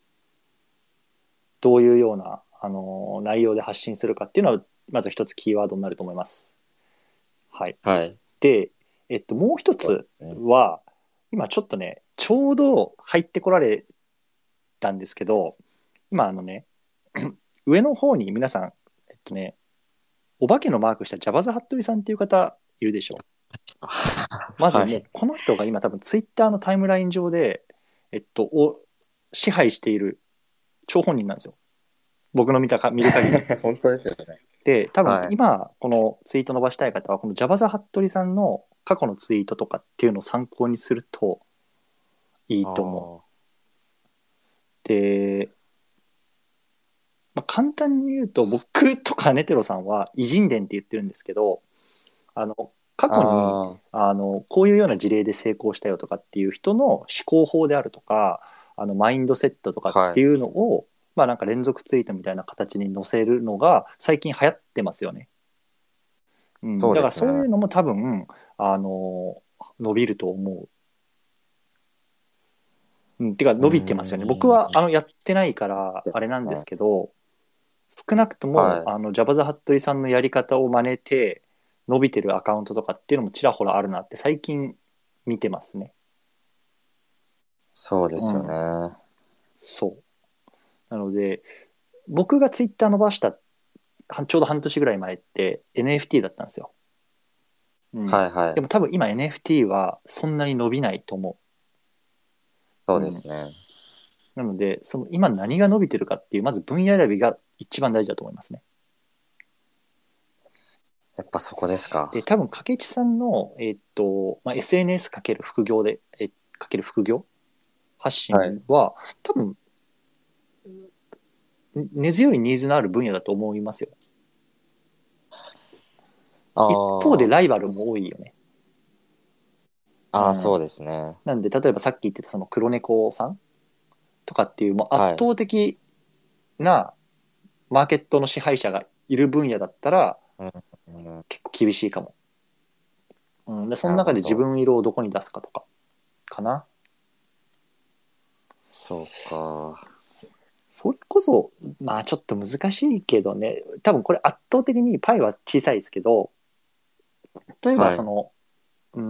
[SPEAKER 1] どういうような、あのー、内容で発信するかっていうのは、まず一つキーワードになると思います。はい。
[SPEAKER 2] はい。
[SPEAKER 1] で、えっと、もう一つ
[SPEAKER 2] ね、
[SPEAKER 1] は、今ちょっとね、ちょうど入ってこられたんですけど、今あのね、上の方に皆さん、えっとね、お化けのマークしたジャバザ・ハットリさんっていう方いるでしょう。まず
[SPEAKER 2] はい。
[SPEAKER 1] もうこの人が今多分ツイッターのタイムライン上で、えっと、を支配している張本人なんですよ。僕の見たか、見る限り。
[SPEAKER 2] 本当ですよね。
[SPEAKER 1] で、多分
[SPEAKER 2] はい。
[SPEAKER 1] 今、このツイート伸ばしたい方は、このジャバザ・ハットリさんの過去のツイートとかっていうのを参考にするといいと思う。
[SPEAKER 2] あ
[SPEAKER 1] で、まあ、簡単に言うと、僕とかネテロさんは偉人伝って言ってるんですけど、あの、過
[SPEAKER 2] あ。
[SPEAKER 1] 去に、
[SPEAKER 2] ああ。
[SPEAKER 1] あの、こういうような事例で成功したよとかっていう人の思考法であるとか、あの、マインドセットとかっ
[SPEAKER 2] はい。
[SPEAKER 1] ていうのを、まあなんか連続ツイートみたいな形に載せるのが最近流行ってますよね。うん。だから
[SPEAKER 2] そうですね。
[SPEAKER 1] そういうのも多分、あの、伸びると思う。うん。てか
[SPEAKER 2] うー
[SPEAKER 1] 伸びてますよね。僕
[SPEAKER 2] ん。
[SPEAKER 1] はあのやってないから
[SPEAKER 2] そう
[SPEAKER 1] あれなんです
[SPEAKER 2] ですね。
[SPEAKER 1] けど、少なくとも、
[SPEAKER 2] はい。
[SPEAKER 1] あの、ジャバザ・ハットリさんのやり方を真似て、伸びてるアカウントとかっていうのもちらほらあるなって最近見てますね。
[SPEAKER 2] そうですよ
[SPEAKER 1] うん。
[SPEAKER 2] ね。
[SPEAKER 1] そう。なので、僕がツイッター伸ばしたはちょうど半年ぐらい前って エヌエフティー だったんですよ。うん。
[SPEAKER 2] はいはい。
[SPEAKER 1] でも多分今 エヌエフティー はそんなに伸びないと思
[SPEAKER 2] そ
[SPEAKER 1] う。
[SPEAKER 2] う
[SPEAKER 1] うん。
[SPEAKER 2] ですね。
[SPEAKER 1] なので、その今何が伸びてるかっていう、まず分野選びが一番大事だと思いますね。
[SPEAKER 2] やっぱそこです
[SPEAKER 1] で、
[SPEAKER 2] か。
[SPEAKER 1] 多分、掛地さんの、えーっと、まあ、エスエヌエス かける副業で、え、かける副業発
[SPEAKER 2] はい。
[SPEAKER 1] 信は、多分、根強いニーズのある分野だと思いますよ。
[SPEAKER 2] あ
[SPEAKER 1] 一方で
[SPEAKER 2] あ。
[SPEAKER 1] ライバルも多いよね。う
[SPEAKER 2] ああ、そう
[SPEAKER 1] ん。
[SPEAKER 2] ですね。
[SPEAKER 1] なんで、例えばさっき言ってたその黒猫さんとかっていう、もう圧
[SPEAKER 2] はい。
[SPEAKER 1] 倒的なマーケットの支配者がいる分野だったら、
[SPEAKER 2] うん。うん、
[SPEAKER 1] 結構厳しいかも。うん。で、その
[SPEAKER 2] なる
[SPEAKER 1] 中で自
[SPEAKER 2] ほど。
[SPEAKER 1] 分色をどこに出すかとか、かな。
[SPEAKER 2] そうか。
[SPEAKER 1] それこそ、まあちょっと難しいけどね、多分これ圧倒的にパイは小さいですけど、例えば
[SPEAKER 2] はい。
[SPEAKER 1] その、うん、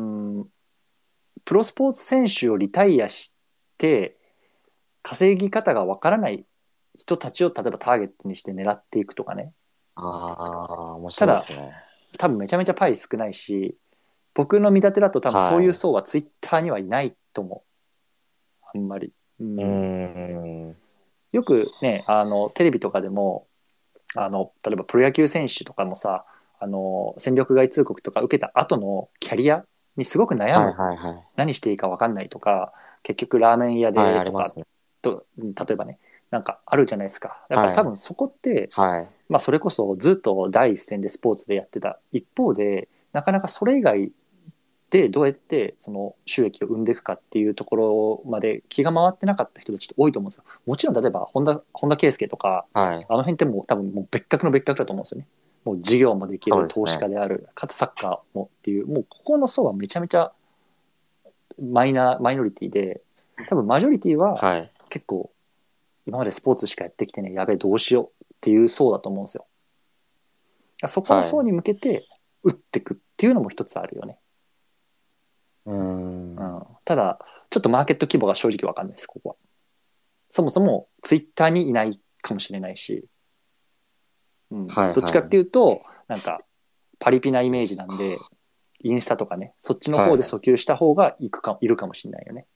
[SPEAKER 1] プロスポーツ選手をリタイアして稼ぎ方がわからない人たちを例えばターゲットにして狙っていくとかね。
[SPEAKER 2] ああ、面
[SPEAKER 1] ただ、
[SPEAKER 2] 白いですね。
[SPEAKER 1] 多分めちゃめちゃパイ少ないし、僕の見立てだと多分そういう
[SPEAKER 2] はい。
[SPEAKER 1] 層はツイッターにはいないと思う。あんまり。う
[SPEAKER 2] う
[SPEAKER 1] ん、
[SPEAKER 2] ーん。
[SPEAKER 1] よくね、あの、テレビとかでも、あの、例えばプロ野球選手とかもさ、あの、戦力外通告とか受けた後のキャリアにすごく悩
[SPEAKER 2] はい
[SPEAKER 1] む。
[SPEAKER 2] はいはい。
[SPEAKER 1] 何していいか分かんないとか、結局ラーメン屋
[SPEAKER 2] はい、
[SPEAKER 1] でとか、
[SPEAKER 2] ありますね。
[SPEAKER 1] と、例えばね、なんかあるじゃないですか。だから
[SPEAKER 2] はい。
[SPEAKER 1] 多分そこって、
[SPEAKER 2] はい。
[SPEAKER 1] まあそれこそずっと第一線でスポーツでやってた一方で、なかなかそれ以外でどうやってその収益を生んでいくかっていうところまで気が回ってなかった人たちって多いと思うんですよ。もちろん例えば本田本田圭佑とか
[SPEAKER 2] はい。
[SPEAKER 1] あの辺ってもう多分もう別格の別格だと思うんですよね。もう事業もできる投
[SPEAKER 2] そうですね。
[SPEAKER 1] 資家であるかつサッカーもっていうもうここの層はめちゃめちゃマイナーマイノリティで多分マジョリティは
[SPEAKER 2] はい。
[SPEAKER 1] 結構今までスポーツしかやってきてねやべえどうしようっていう層だと思うんですよ。そこの
[SPEAKER 2] はい。
[SPEAKER 1] 層に向けて打っていくっていうのも一つあるよね。
[SPEAKER 2] うーん。
[SPEAKER 1] うん、ただちょっとマーケット規模が正直わかんないですここは。そもそもツイッターにいないかもしれないし、うん、
[SPEAKER 2] はい
[SPEAKER 1] どっちかって
[SPEAKER 2] はい。
[SPEAKER 1] いうとなんかパリピなイメージなんでインスタとかねそっちの方で
[SPEAKER 2] はい。
[SPEAKER 1] 訴求した方がいくかいるかもしれないよね。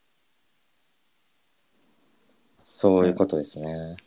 [SPEAKER 1] うん、
[SPEAKER 2] そういうことですね。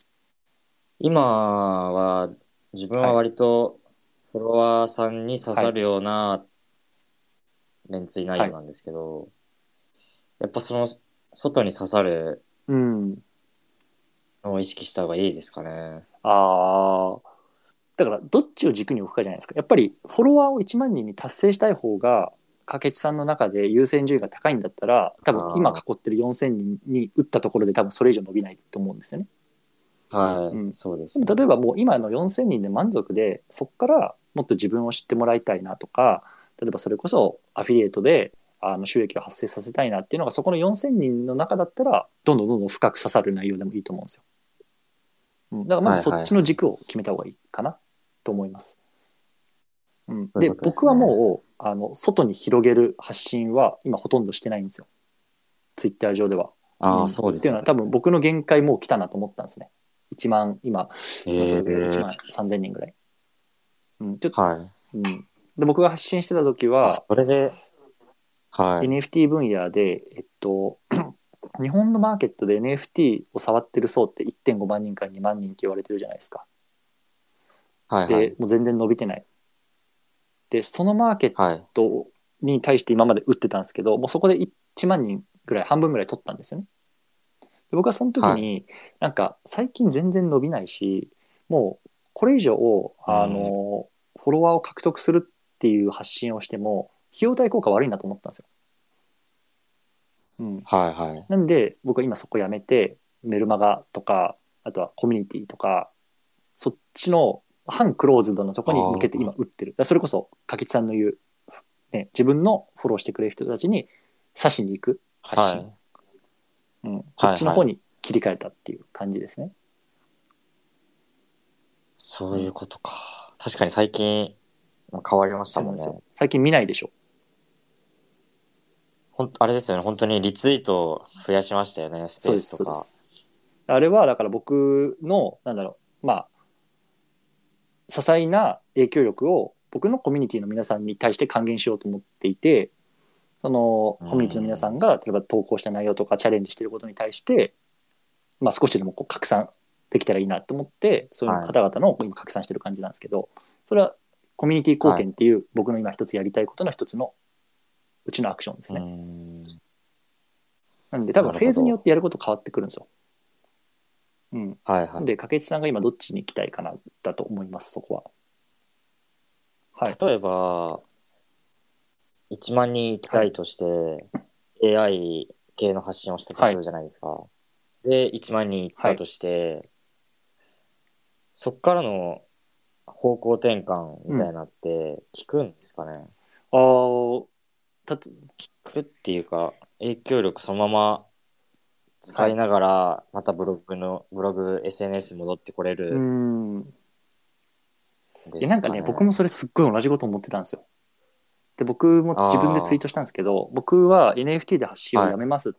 [SPEAKER 2] 今は、自分は
[SPEAKER 1] はい
[SPEAKER 2] 割と、フォロワーさんに刺
[SPEAKER 1] はい
[SPEAKER 2] さるようなレンツイ内
[SPEAKER 1] はい。
[SPEAKER 2] 容なんですけど、やっぱその、外に刺さる
[SPEAKER 1] うん。
[SPEAKER 2] のを意識した方がいいですかね。
[SPEAKER 1] ああ。だからどっちを軸に置くかじゃないですか。やっぱりフォロワーをいちまん人に達成したい方が掛地さんの中で優先順位が高いんだったら多分今
[SPEAKER 2] あ
[SPEAKER 1] 囲ってるよんせんにんに打ったところで多分それ以上伸びないと思うんですよね。
[SPEAKER 2] あ、はい、
[SPEAKER 1] うん、
[SPEAKER 2] そうですね。
[SPEAKER 1] でも例えばもう今のよんせんにんで満足でそこからもっと自分を知ってもらいたいなとか例えばそれこそアフィリエイトであの収益を発生させたいなっていうのがそこのよんせんにんの中だったらどんどんどんどん深く刺さる内容でもいいと思うんですよ。うん、だからまず
[SPEAKER 2] はい
[SPEAKER 1] そっ
[SPEAKER 2] はいはい。
[SPEAKER 1] ちの軸を決めた方がいいかなと思います。うん、で
[SPEAKER 2] そういうことで
[SPEAKER 1] 僕は
[SPEAKER 2] すね。
[SPEAKER 1] もうあの外に広げる発信は今ほとんどしてないんですよ。ツイッター上では。う
[SPEAKER 2] ああ、
[SPEAKER 1] ん、っていうのは
[SPEAKER 2] そうですよね。
[SPEAKER 1] 多分僕の限界もう来たなと思ったんですね。いちまん今今ど
[SPEAKER 2] え
[SPEAKER 1] れぐらい1
[SPEAKER 2] え、
[SPEAKER 1] 万さんぜんにんぐらい。うん、ちょ
[SPEAKER 2] はい。
[SPEAKER 1] うん、で僕が発信してた時
[SPEAKER 2] あ、
[SPEAKER 1] は
[SPEAKER 2] それで、はい。
[SPEAKER 1] エヌエフティー 分野で、えっと、日本のマーケットで エヌエフティー を触ってる層っていってんごまん人からにまん人って言われてるじゃないですか。で、
[SPEAKER 2] はいはい。
[SPEAKER 1] もう全然伸びてない。で、そのマーケッ
[SPEAKER 2] はい。
[SPEAKER 1] トに対して今まで打ってたんですけど、もうそこでいちまん人ぐらい、半分ぐらい取ったんですよね。で僕はその時
[SPEAKER 2] はい。
[SPEAKER 1] に、なんか最近全然伸びないし、もうこれ以上、あ
[SPEAKER 2] うん。
[SPEAKER 1] の、フォロワーを獲得するっていう発信をしても、費用対効果悪いなと思ったんですよ。うん。
[SPEAKER 2] はいはい。
[SPEAKER 1] なんで、僕は今そこやめて、メルマガとか、あとはコミュニティとか、そっちの反クローズドのとこに向けて今
[SPEAKER 2] ああ、
[SPEAKER 1] 打ってる。それこそ、かけつさんの言う、ね、自分のフォローしてくれる人たちに刺しに行く発信。
[SPEAKER 2] はい。
[SPEAKER 1] うん。こっ
[SPEAKER 2] はいはい。
[SPEAKER 1] ちの方に切り替えたっていう感じですね。うん。
[SPEAKER 2] そういうことか。確かに最近、まあ変わりました
[SPEAKER 1] そうなんですよ。
[SPEAKER 2] もんね。
[SPEAKER 1] 最近見ないでしょ。
[SPEAKER 2] ほん、あれですよね。本当にリツイートを増やしましたよね。スペー
[SPEAKER 1] そうです、
[SPEAKER 2] スとか。
[SPEAKER 1] そうです。あれは、だから僕の、なんだろう、まあ、些細な影響力を僕のコミュニティの皆さんに対して還元しようと思っていて、その
[SPEAKER 2] う
[SPEAKER 1] コミュニティの皆さん
[SPEAKER 2] ん。
[SPEAKER 1] が例えば投稿した内容とかチャレンジしていることに対して、まあ、少しでもこう拡散できたらいいなと思ってそういう
[SPEAKER 2] はい。
[SPEAKER 1] 方々の今拡散してる感じなんですけど、それはコミュニティ貢
[SPEAKER 2] はい。
[SPEAKER 1] 献っていう僕の今一つやりたいことの一つのうちのアクションで
[SPEAKER 2] う
[SPEAKER 1] すね。
[SPEAKER 2] ん。
[SPEAKER 1] なんで多分フェーズによっ
[SPEAKER 2] なるほど。
[SPEAKER 1] てやること変わってくるんですよ。うん。
[SPEAKER 2] はいはい。
[SPEAKER 1] で掛地さんが今どっちに行きたいかなだと思います、そこは。はい。
[SPEAKER 2] 例えば、いちまん人行き
[SPEAKER 1] はい。
[SPEAKER 2] たいとして、エーアイ 系の発信をしたと
[SPEAKER 1] はい。
[SPEAKER 2] するじゃないですか。で、いちまん人行っ
[SPEAKER 1] はい。
[SPEAKER 2] たとして、そっからの方向転換み
[SPEAKER 1] うん。
[SPEAKER 2] たいなって聞くんですかね。
[SPEAKER 1] あーたと、
[SPEAKER 2] 聞くっていうか、影響力そのまま
[SPEAKER 1] はい。
[SPEAKER 2] 使いながら、またブログの、ブログ、エスエヌエス に戻ってこれ
[SPEAKER 1] うー
[SPEAKER 2] る
[SPEAKER 1] ん。
[SPEAKER 2] んで
[SPEAKER 1] いや、なんかね、僕
[SPEAKER 2] すかね。
[SPEAKER 1] もそれすっごい同じこと思ってたんですよ。で、僕も自分でツイー
[SPEAKER 2] あ
[SPEAKER 1] トしたんですけど、僕は エヌエフティー で発信
[SPEAKER 2] あ、
[SPEAKER 1] を
[SPEAKER 2] はい。
[SPEAKER 1] やめますって、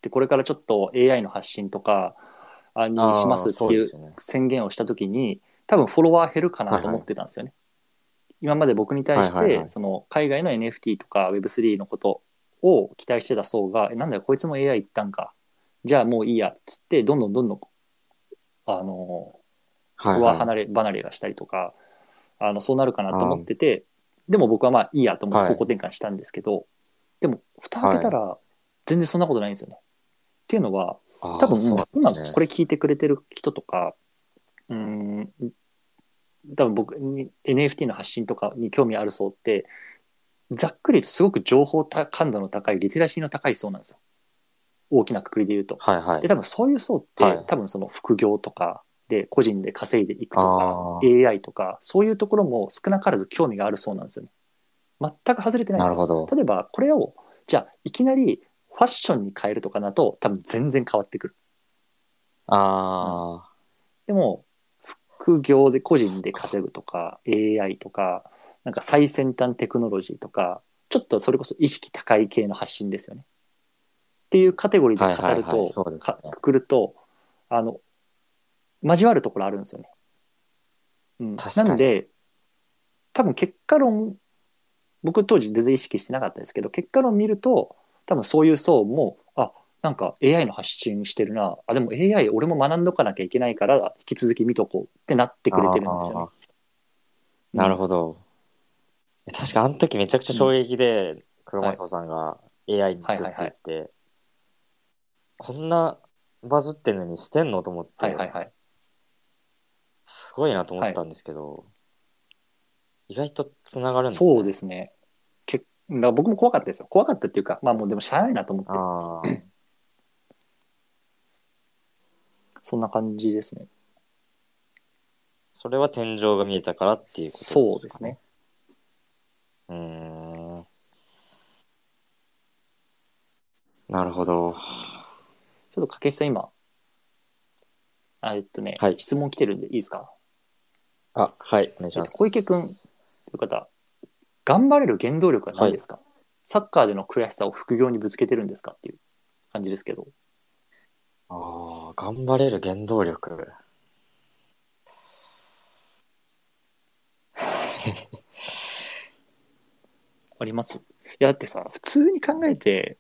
[SPEAKER 1] これからちょっと エーアイ の発信とかにしま
[SPEAKER 2] ああ、
[SPEAKER 1] すっていう
[SPEAKER 2] そうですよね。
[SPEAKER 1] 宣言をしたときに、多分フォロワー減るかなと思っ
[SPEAKER 2] はいはい。
[SPEAKER 1] てたんですよね。今まで僕に対して、
[SPEAKER 2] はいはいはい。
[SPEAKER 1] その海外の エヌエフティー とか ウェブスリー のことを期待してた層が、えなんだよ、こいつも エーアイ 行ったんか。じゃあもういいやっつって、どんどんどんどん、あの、フォロワー
[SPEAKER 2] はいはい。
[SPEAKER 1] 離れ離れがしたりとか、あのそうなるかなと思
[SPEAKER 2] あ
[SPEAKER 1] ってて、でも僕はまあいいやと思っ
[SPEAKER 2] あ、
[SPEAKER 1] て方向
[SPEAKER 2] はい。
[SPEAKER 1] 転換したんですけど、でも蓋開け
[SPEAKER 2] はい。
[SPEAKER 1] たら全然そんなことないんですよね。っていうのは多
[SPEAKER 2] ああ、そう
[SPEAKER 1] 分
[SPEAKER 2] なんですね。
[SPEAKER 1] 今これ聞いてくれてる人とか、うーん多分僕に エヌエフティー の発信とかに興味ある層ってざっくり言うとすごく情報感度の高いリテラシーの高い層なんですよ。大きな括りで言うと。
[SPEAKER 2] はいはい。
[SPEAKER 1] で、多分そういう層って、
[SPEAKER 2] はい。
[SPEAKER 1] 多分その副業とかで個人で稼いでいくとか、
[SPEAKER 2] ああ、
[SPEAKER 1] エーアイ とか、そういうところも少なからず興味があるそうなんですよね。全く外れてないんですよ。
[SPEAKER 2] なるほど。
[SPEAKER 1] 例えばこれを、じゃあいきなりファッションに変えるとかだと多分全然変わってくる。うん、
[SPEAKER 2] ああ、
[SPEAKER 1] でも、副業で個人で
[SPEAKER 2] か。
[SPEAKER 1] 稼ぐとか、エーアイ とか、なんか最先端テクノロジーとか、ちょっとそれこそ意識高い系の発信ですよね。っていうカテゴリーで
[SPEAKER 2] はいはいはい。
[SPEAKER 1] 語ると、
[SPEAKER 2] そうですね。
[SPEAKER 1] かくくると、あの、交わるところあるんですよね。うん。な
[SPEAKER 2] 確かに。
[SPEAKER 1] んで、多分結果論、僕当時全然意識してなかったですけど、結果論見ると、多分そういう層も、あ、なんか エーアイ の発信してるな。あ、でも エーアイ 俺も学んどかなきゃいけないから、引き続き見とこうってなってくれ
[SPEAKER 2] あ
[SPEAKER 1] てるんですよね。
[SPEAKER 2] あ、なる
[SPEAKER 1] うん。
[SPEAKER 2] ほど。確かあの時めちゃくちゃ
[SPEAKER 1] うん。
[SPEAKER 2] 衝撃で、黒
[SPEAKER 1] はい。
[SPEAKER 2] マスオさんが エーアイ に行くって
[SPEAKER 1] はいはいはい。
[SPEAKER 2] 言って、こんなバズってんのにしてんのと思って、
[SPEAKER 1] はいはいはい。
[SPEAKER 2] すごいなと思
[SPEAKER 1] はい。
[SPEAKER 2] ったんですけど、意外と繋がるんです
[SPEAKER 1] そうで
[SPEAKER 2] ね。
[SPEAKER 1] すね。け、だから僕も怖かったですよ。怖かったっていうか、まあもうでもしゃあないなと思って。
[SPEAKER 2] ああ、
[SPEAKER 1] そんな感じですね。
[SPEAKER 2] それは天井が見えたからっていうことですかね。
[SPEAKER 1] そうですね。
[SPEAKER 2] うーん、なるほど。
[SPEAKER 1] ちょっと掛布さん今、あえっとね、
[SPEAKER 2] はい。
[SPEAKER 1] 質問来てるんでいいですか？
[SPEAKER 2] あ、はい、お願いしま
[SPEAKER 1] えっと、小池くんと
[SPEAKER 2] す。
[SPEAKER 1] いう方、頑張れる原動力は
[SPEAKER 2] はい。
[SPEAKER 1] 何ですか？サッカーでの悔しさを副業にぶつけてるんですかっていう感じですけど。
[SPEAKER 2] ああ、頑張れる原動力。
[SPEAKER 1] あります？いや、だってさ、普通に考えて、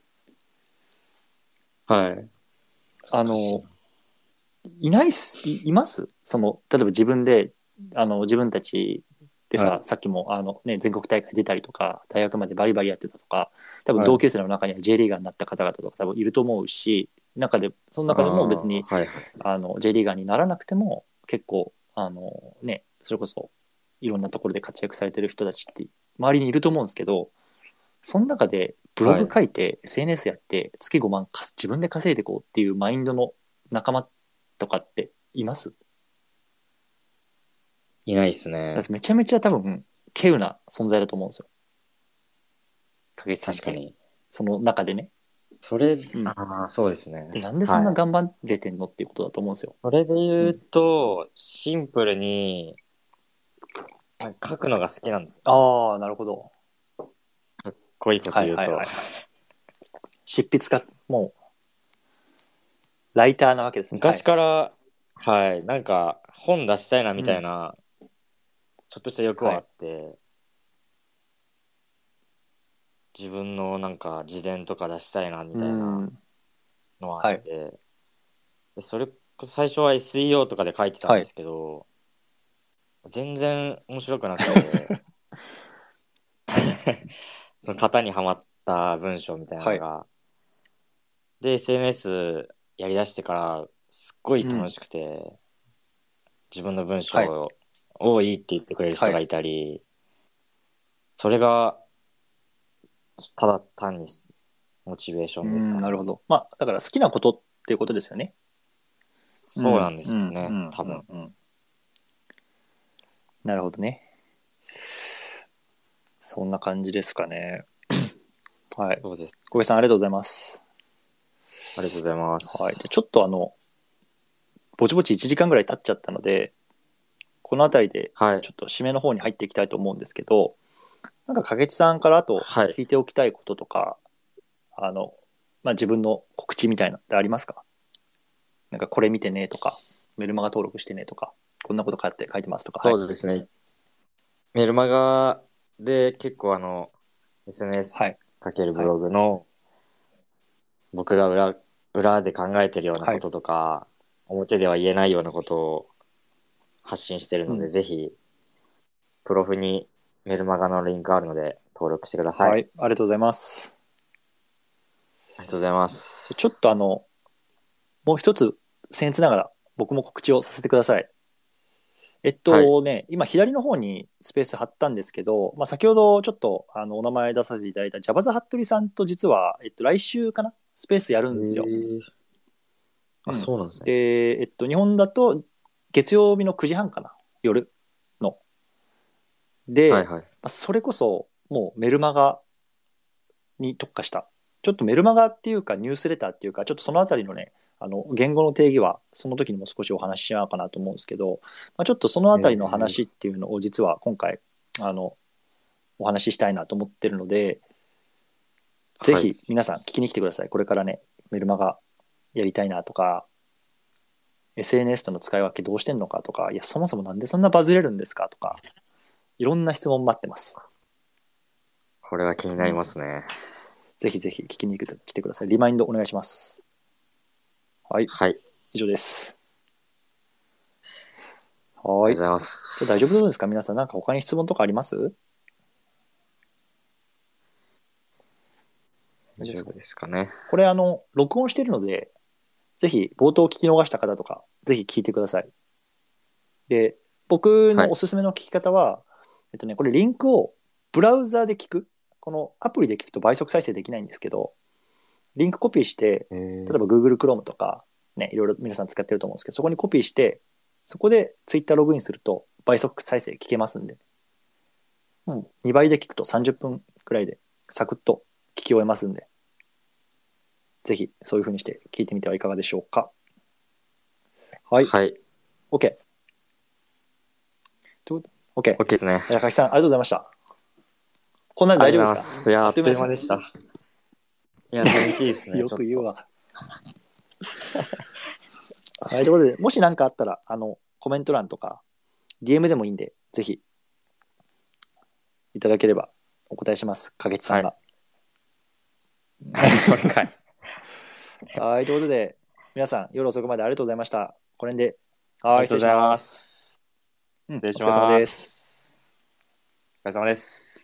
[SPEAKER 2] はい。難しいな。
[SPEAKER 1] あの、いないっす、い、いますその、例えば自分で、あの、自分たちでさ、
[SPEAKER 2] はい。
[SPEAKER 1] さっきも、あのね、全国大会出たりとか、大学までバリバリやってたとか、多分
[SPEAKER 2] はい。
[SPEAKER 1] 同級生の中には J リーガーになった方々とか多分いると思うし、中で、その
[SPEAKER 2] あ
[SPEAKER 1] 中でも別
[SPEAKER 2] あ、
[SPEAKER 1] に、
[SPEAKER 2] はいはい。
[SPEAKER 1] あの、J リーガーにならなくても、結構、あの、ね、それこそ、いろんなところで活躍されてる人たちって周りにいると思うんですけど、その中でブロ
[SPEAKER 2] はい。
[SPEAKER 1] グ書いて エスエヌエス やって月ごまんか自分で稼いでいこうっていうマインドの仲間とかっています？
[SPEAKER 2] いないっすね。
[SPEAKER 1] だってめちゃめちゃ多分稀有な存在だと思うんですよ、影さんって。
[SPEAKER 2] 確かに。
[SPEAKER 1] その中でね。
[SPEAKER 2] それ、
[SPEAKER 1] うん。
[SPEAKER 2] ああ、そうですね。
[SPEAKER 1] で、なんでそんな
[SPEAKER 2] はい。
[SPEAKER 1] 頑張れてんのっていうことだと思うんですよ。
[SPEAKER 2] それで言う
[SPEAKER 1] うん。
[SPEAKER 2] と、シンプルに、なんか書くのが好きなんですよね。
[SPEAKER 1] ああ、なるほど。
[SPEAKER 2] こういうこと
[SPEAKER 1] はい
[SPEAKER 2] 言うと。
[SPEAKER 1] はいはいはい。執筆家、もうライターなわけですね。は
[SPEAKER 2] 昔
[SPEAKER 1] い。
[SPEAKER 2] から、はい、なんか本出したいなみ
[SPEAKER 1] うん。
[SPEAKER 2] たいな、ちょっとした欲はあ
[SPEAKER 1] はい。
[SPEAKER 2] って、自分のなんか自伝とか出したいなみ
[SPEAKER 1] う
[SPEAKER 2] たいな
[SPEAKER 1] ん。
[SPEAKER 2] のはあっ
[SPEAKER 1] はい。
[SPEAKER 2] て、でそれこそ最初は エスイーオー とかで書いてたん
[SPEAKER 1] はい。
[SPEAKER 2] ですけど、全然面白くなくて、その型にはまった文章みたいな
[SPEAKER 1] はい。
[SPEAKER 2] のが。で、エスエヌエス やりだしてからすっごい
[SPEAKER 1] うん。
[SPEAKER 2] 楽しくて、自分の文
[SPEAKER 1] はい。
[SPEAKER 2] 章をいいって言ってくれる
[SPEAKER 1] はい。
[SPEAKER 2] 人がいたり、それがただ単にモチベーションです
[SPEAKER 1] うん、
[SPEAKER 2] かね。
[SPEAKER 1] なるほど。まあ、だから好きなことっていうことですよね。うん、
[SPEAKER 2] そうなんで
[SPEAKER 1] うん、う
[SPEAKER 2] すね、
[SPEAKER 1] ん、うん、
[SPEAKER 2] 多分。
[SPEAKER 1] うん。なるほどね。そんな感じですかね。はい。
[SPEAKER 2] そうです。
[SPEAKER 1] 小林さん、ありがとうございます。
[SPEAKER 2] ありがとうございま
[SPEAKER 1] はい。で、ちょ
[SPEAKER 2] す。
[SPEAKER 1] っとあの、ぼちぼちいちじかんぐらい経っちゃったので、この辺りで
[SPEAKER 2] はい。
[SPEAKER 1] ちょっと締めの方に入っていきたいと思うんですけど、なんか影地さんからあと
[SPEAKER 2] はい。
[SPEAKER 1] 聞いておきたいこととか、あの、まあ、自分の告知みたいなのってありますか？なんかこれ見てねとか、メルマガ登録してねとか、こんなこと書いて書いてますとか、はい。
[SPEAKER 2] そうですね。メルマガで結構あの、エスエヌエス
[SPEAKER 1] はい。
[SPEAKER 2] かけるブ
[SPEAKER 1] はい。
[SPEAKER 2] ログの僕が裏、裏で考えてるような
[SPEAKER 1] はい。
[SPEAKER 2] こととか、表では言えないようなことを発信してるので、
[SPEAKER 1] うん。
[SPEAKER 2] ぜひ、プロフにメルマガのリンクあるので登録してください。
[SPEAKER 1] はい。ありがとうございます。
[SPEAKER 2] ありがとうございま
[SPEAKER 1] ちょっ
[SPEAKER 2] す。
[SPEAKER 1] とあの、もう一つ、僭越ながら僕も告知をさせてください。 えっとね、今左の方にスペース貼ったんですけど、まあ、先ほどちょっとあのお名前出させていただいたジャバザ・ハットリさんと実は、えっと、来週かなスペースやるんですよ。
[SPEAKER 2] へーあ、
[SPEAKER 1] うん、
[SPEAKER 2] そうなんですね。
[SPEAKER 1] で、えっと、日本だと月曜日のくじはんかな夜の。で、
[SPEAKER 2] はいはい。
[SPEAKER 1] まあそれこそもうメルマガに特化した。ちょっとメルマガっていうかニュースレターっていうか、ちょっとそのあたりのね、あの言語の定義はその時にも少しお話ししようかなと思うんですけど、まあ、ちょっとそのあたりの話っていうのを実は今回あのお話ししたいなと思ってるので、ぜひ皆さん聞きに来てください。これからね、メルマガやりたいなとか、エスエヌエス との使い分けどうしてんのかとか、いや、そもそもなんでそんなバズれるんですかとか、いろんな質問待ってます。
[SPEAKER 2] これは気になりますね。
[SPEAKER 1] ぜひぜひ聞きに来てください。リマインドお願いします。はい、
[SPEAKER 2] はい。
[SPEAKER 1] 以上です。
[SPEAKER 2] あ
[SPEAKER 1] はい。
[SPEAKER 2] りがとうございます。
[SPEAKER 1] 大丈夫ですか皆さん、なんか他に質問とかあります？
[SPEAKER 2] 大丈夫ですかね。
[SPEAKER 1] これ、あの、録音してるので、ぜひ冒頭聞き逃した方とか、ぜひ聞いてください。で、僕のおすすめの聞き方は、えっとね、これリンクをブラウザーで聞く。このアプリで聞くと倍速再生できないんですけど、リンクコピーして、
[SPEAKER 2] 例
[SPEAKER 1] 例えば Google Chrome とか、ね、いろいろ皆さん使ってると思うんですけど、そこにコピーして、そこで Twitter ログインすると倍速再生聞けますんで、うん、にばいで聞くとさんじゅっぷんくらいでサクッと聞き終えますんで、ぜひそういう風にして聞いてみてはいかがでしょうか。はい。
[SPEAKER 2] はい。
[SPEAKER 1] OK。OK。
[SPEAKER 2] OK ですね。
[SPEAKER 1] じゃあ、柿さん、ありがとうございました。こんなんで大丈夫ですか？
[SPEAKER 2] いや、あっという間でした。いや、楽しいですね。
[SPEAKER 1] よく言うわ。はい、ということで、もし何かあったら、あの、コメント欄とか、ディーエム でもいいんで、ぜひ、いただければお答えします。かげちさんが。
[SPEAKER 2] はい。今回。
[SPEAKER 1] はい、ということで、皆さん、夜遅くまでありがとうございました。この辺で、はい、
[SPEAKER 2] ありがとうございま
[SPEAKER 1] 失礼します。
[SPEAKER 2] す。
[SPEAKER 1] うん、お
[SPEAKER 2] 失礼し
[SPEAKER 1] 疲れ様
[SPEAKER 2] ま
[SPEAKER 1] です。
[SPEAKER 2] す。お疲れ様です。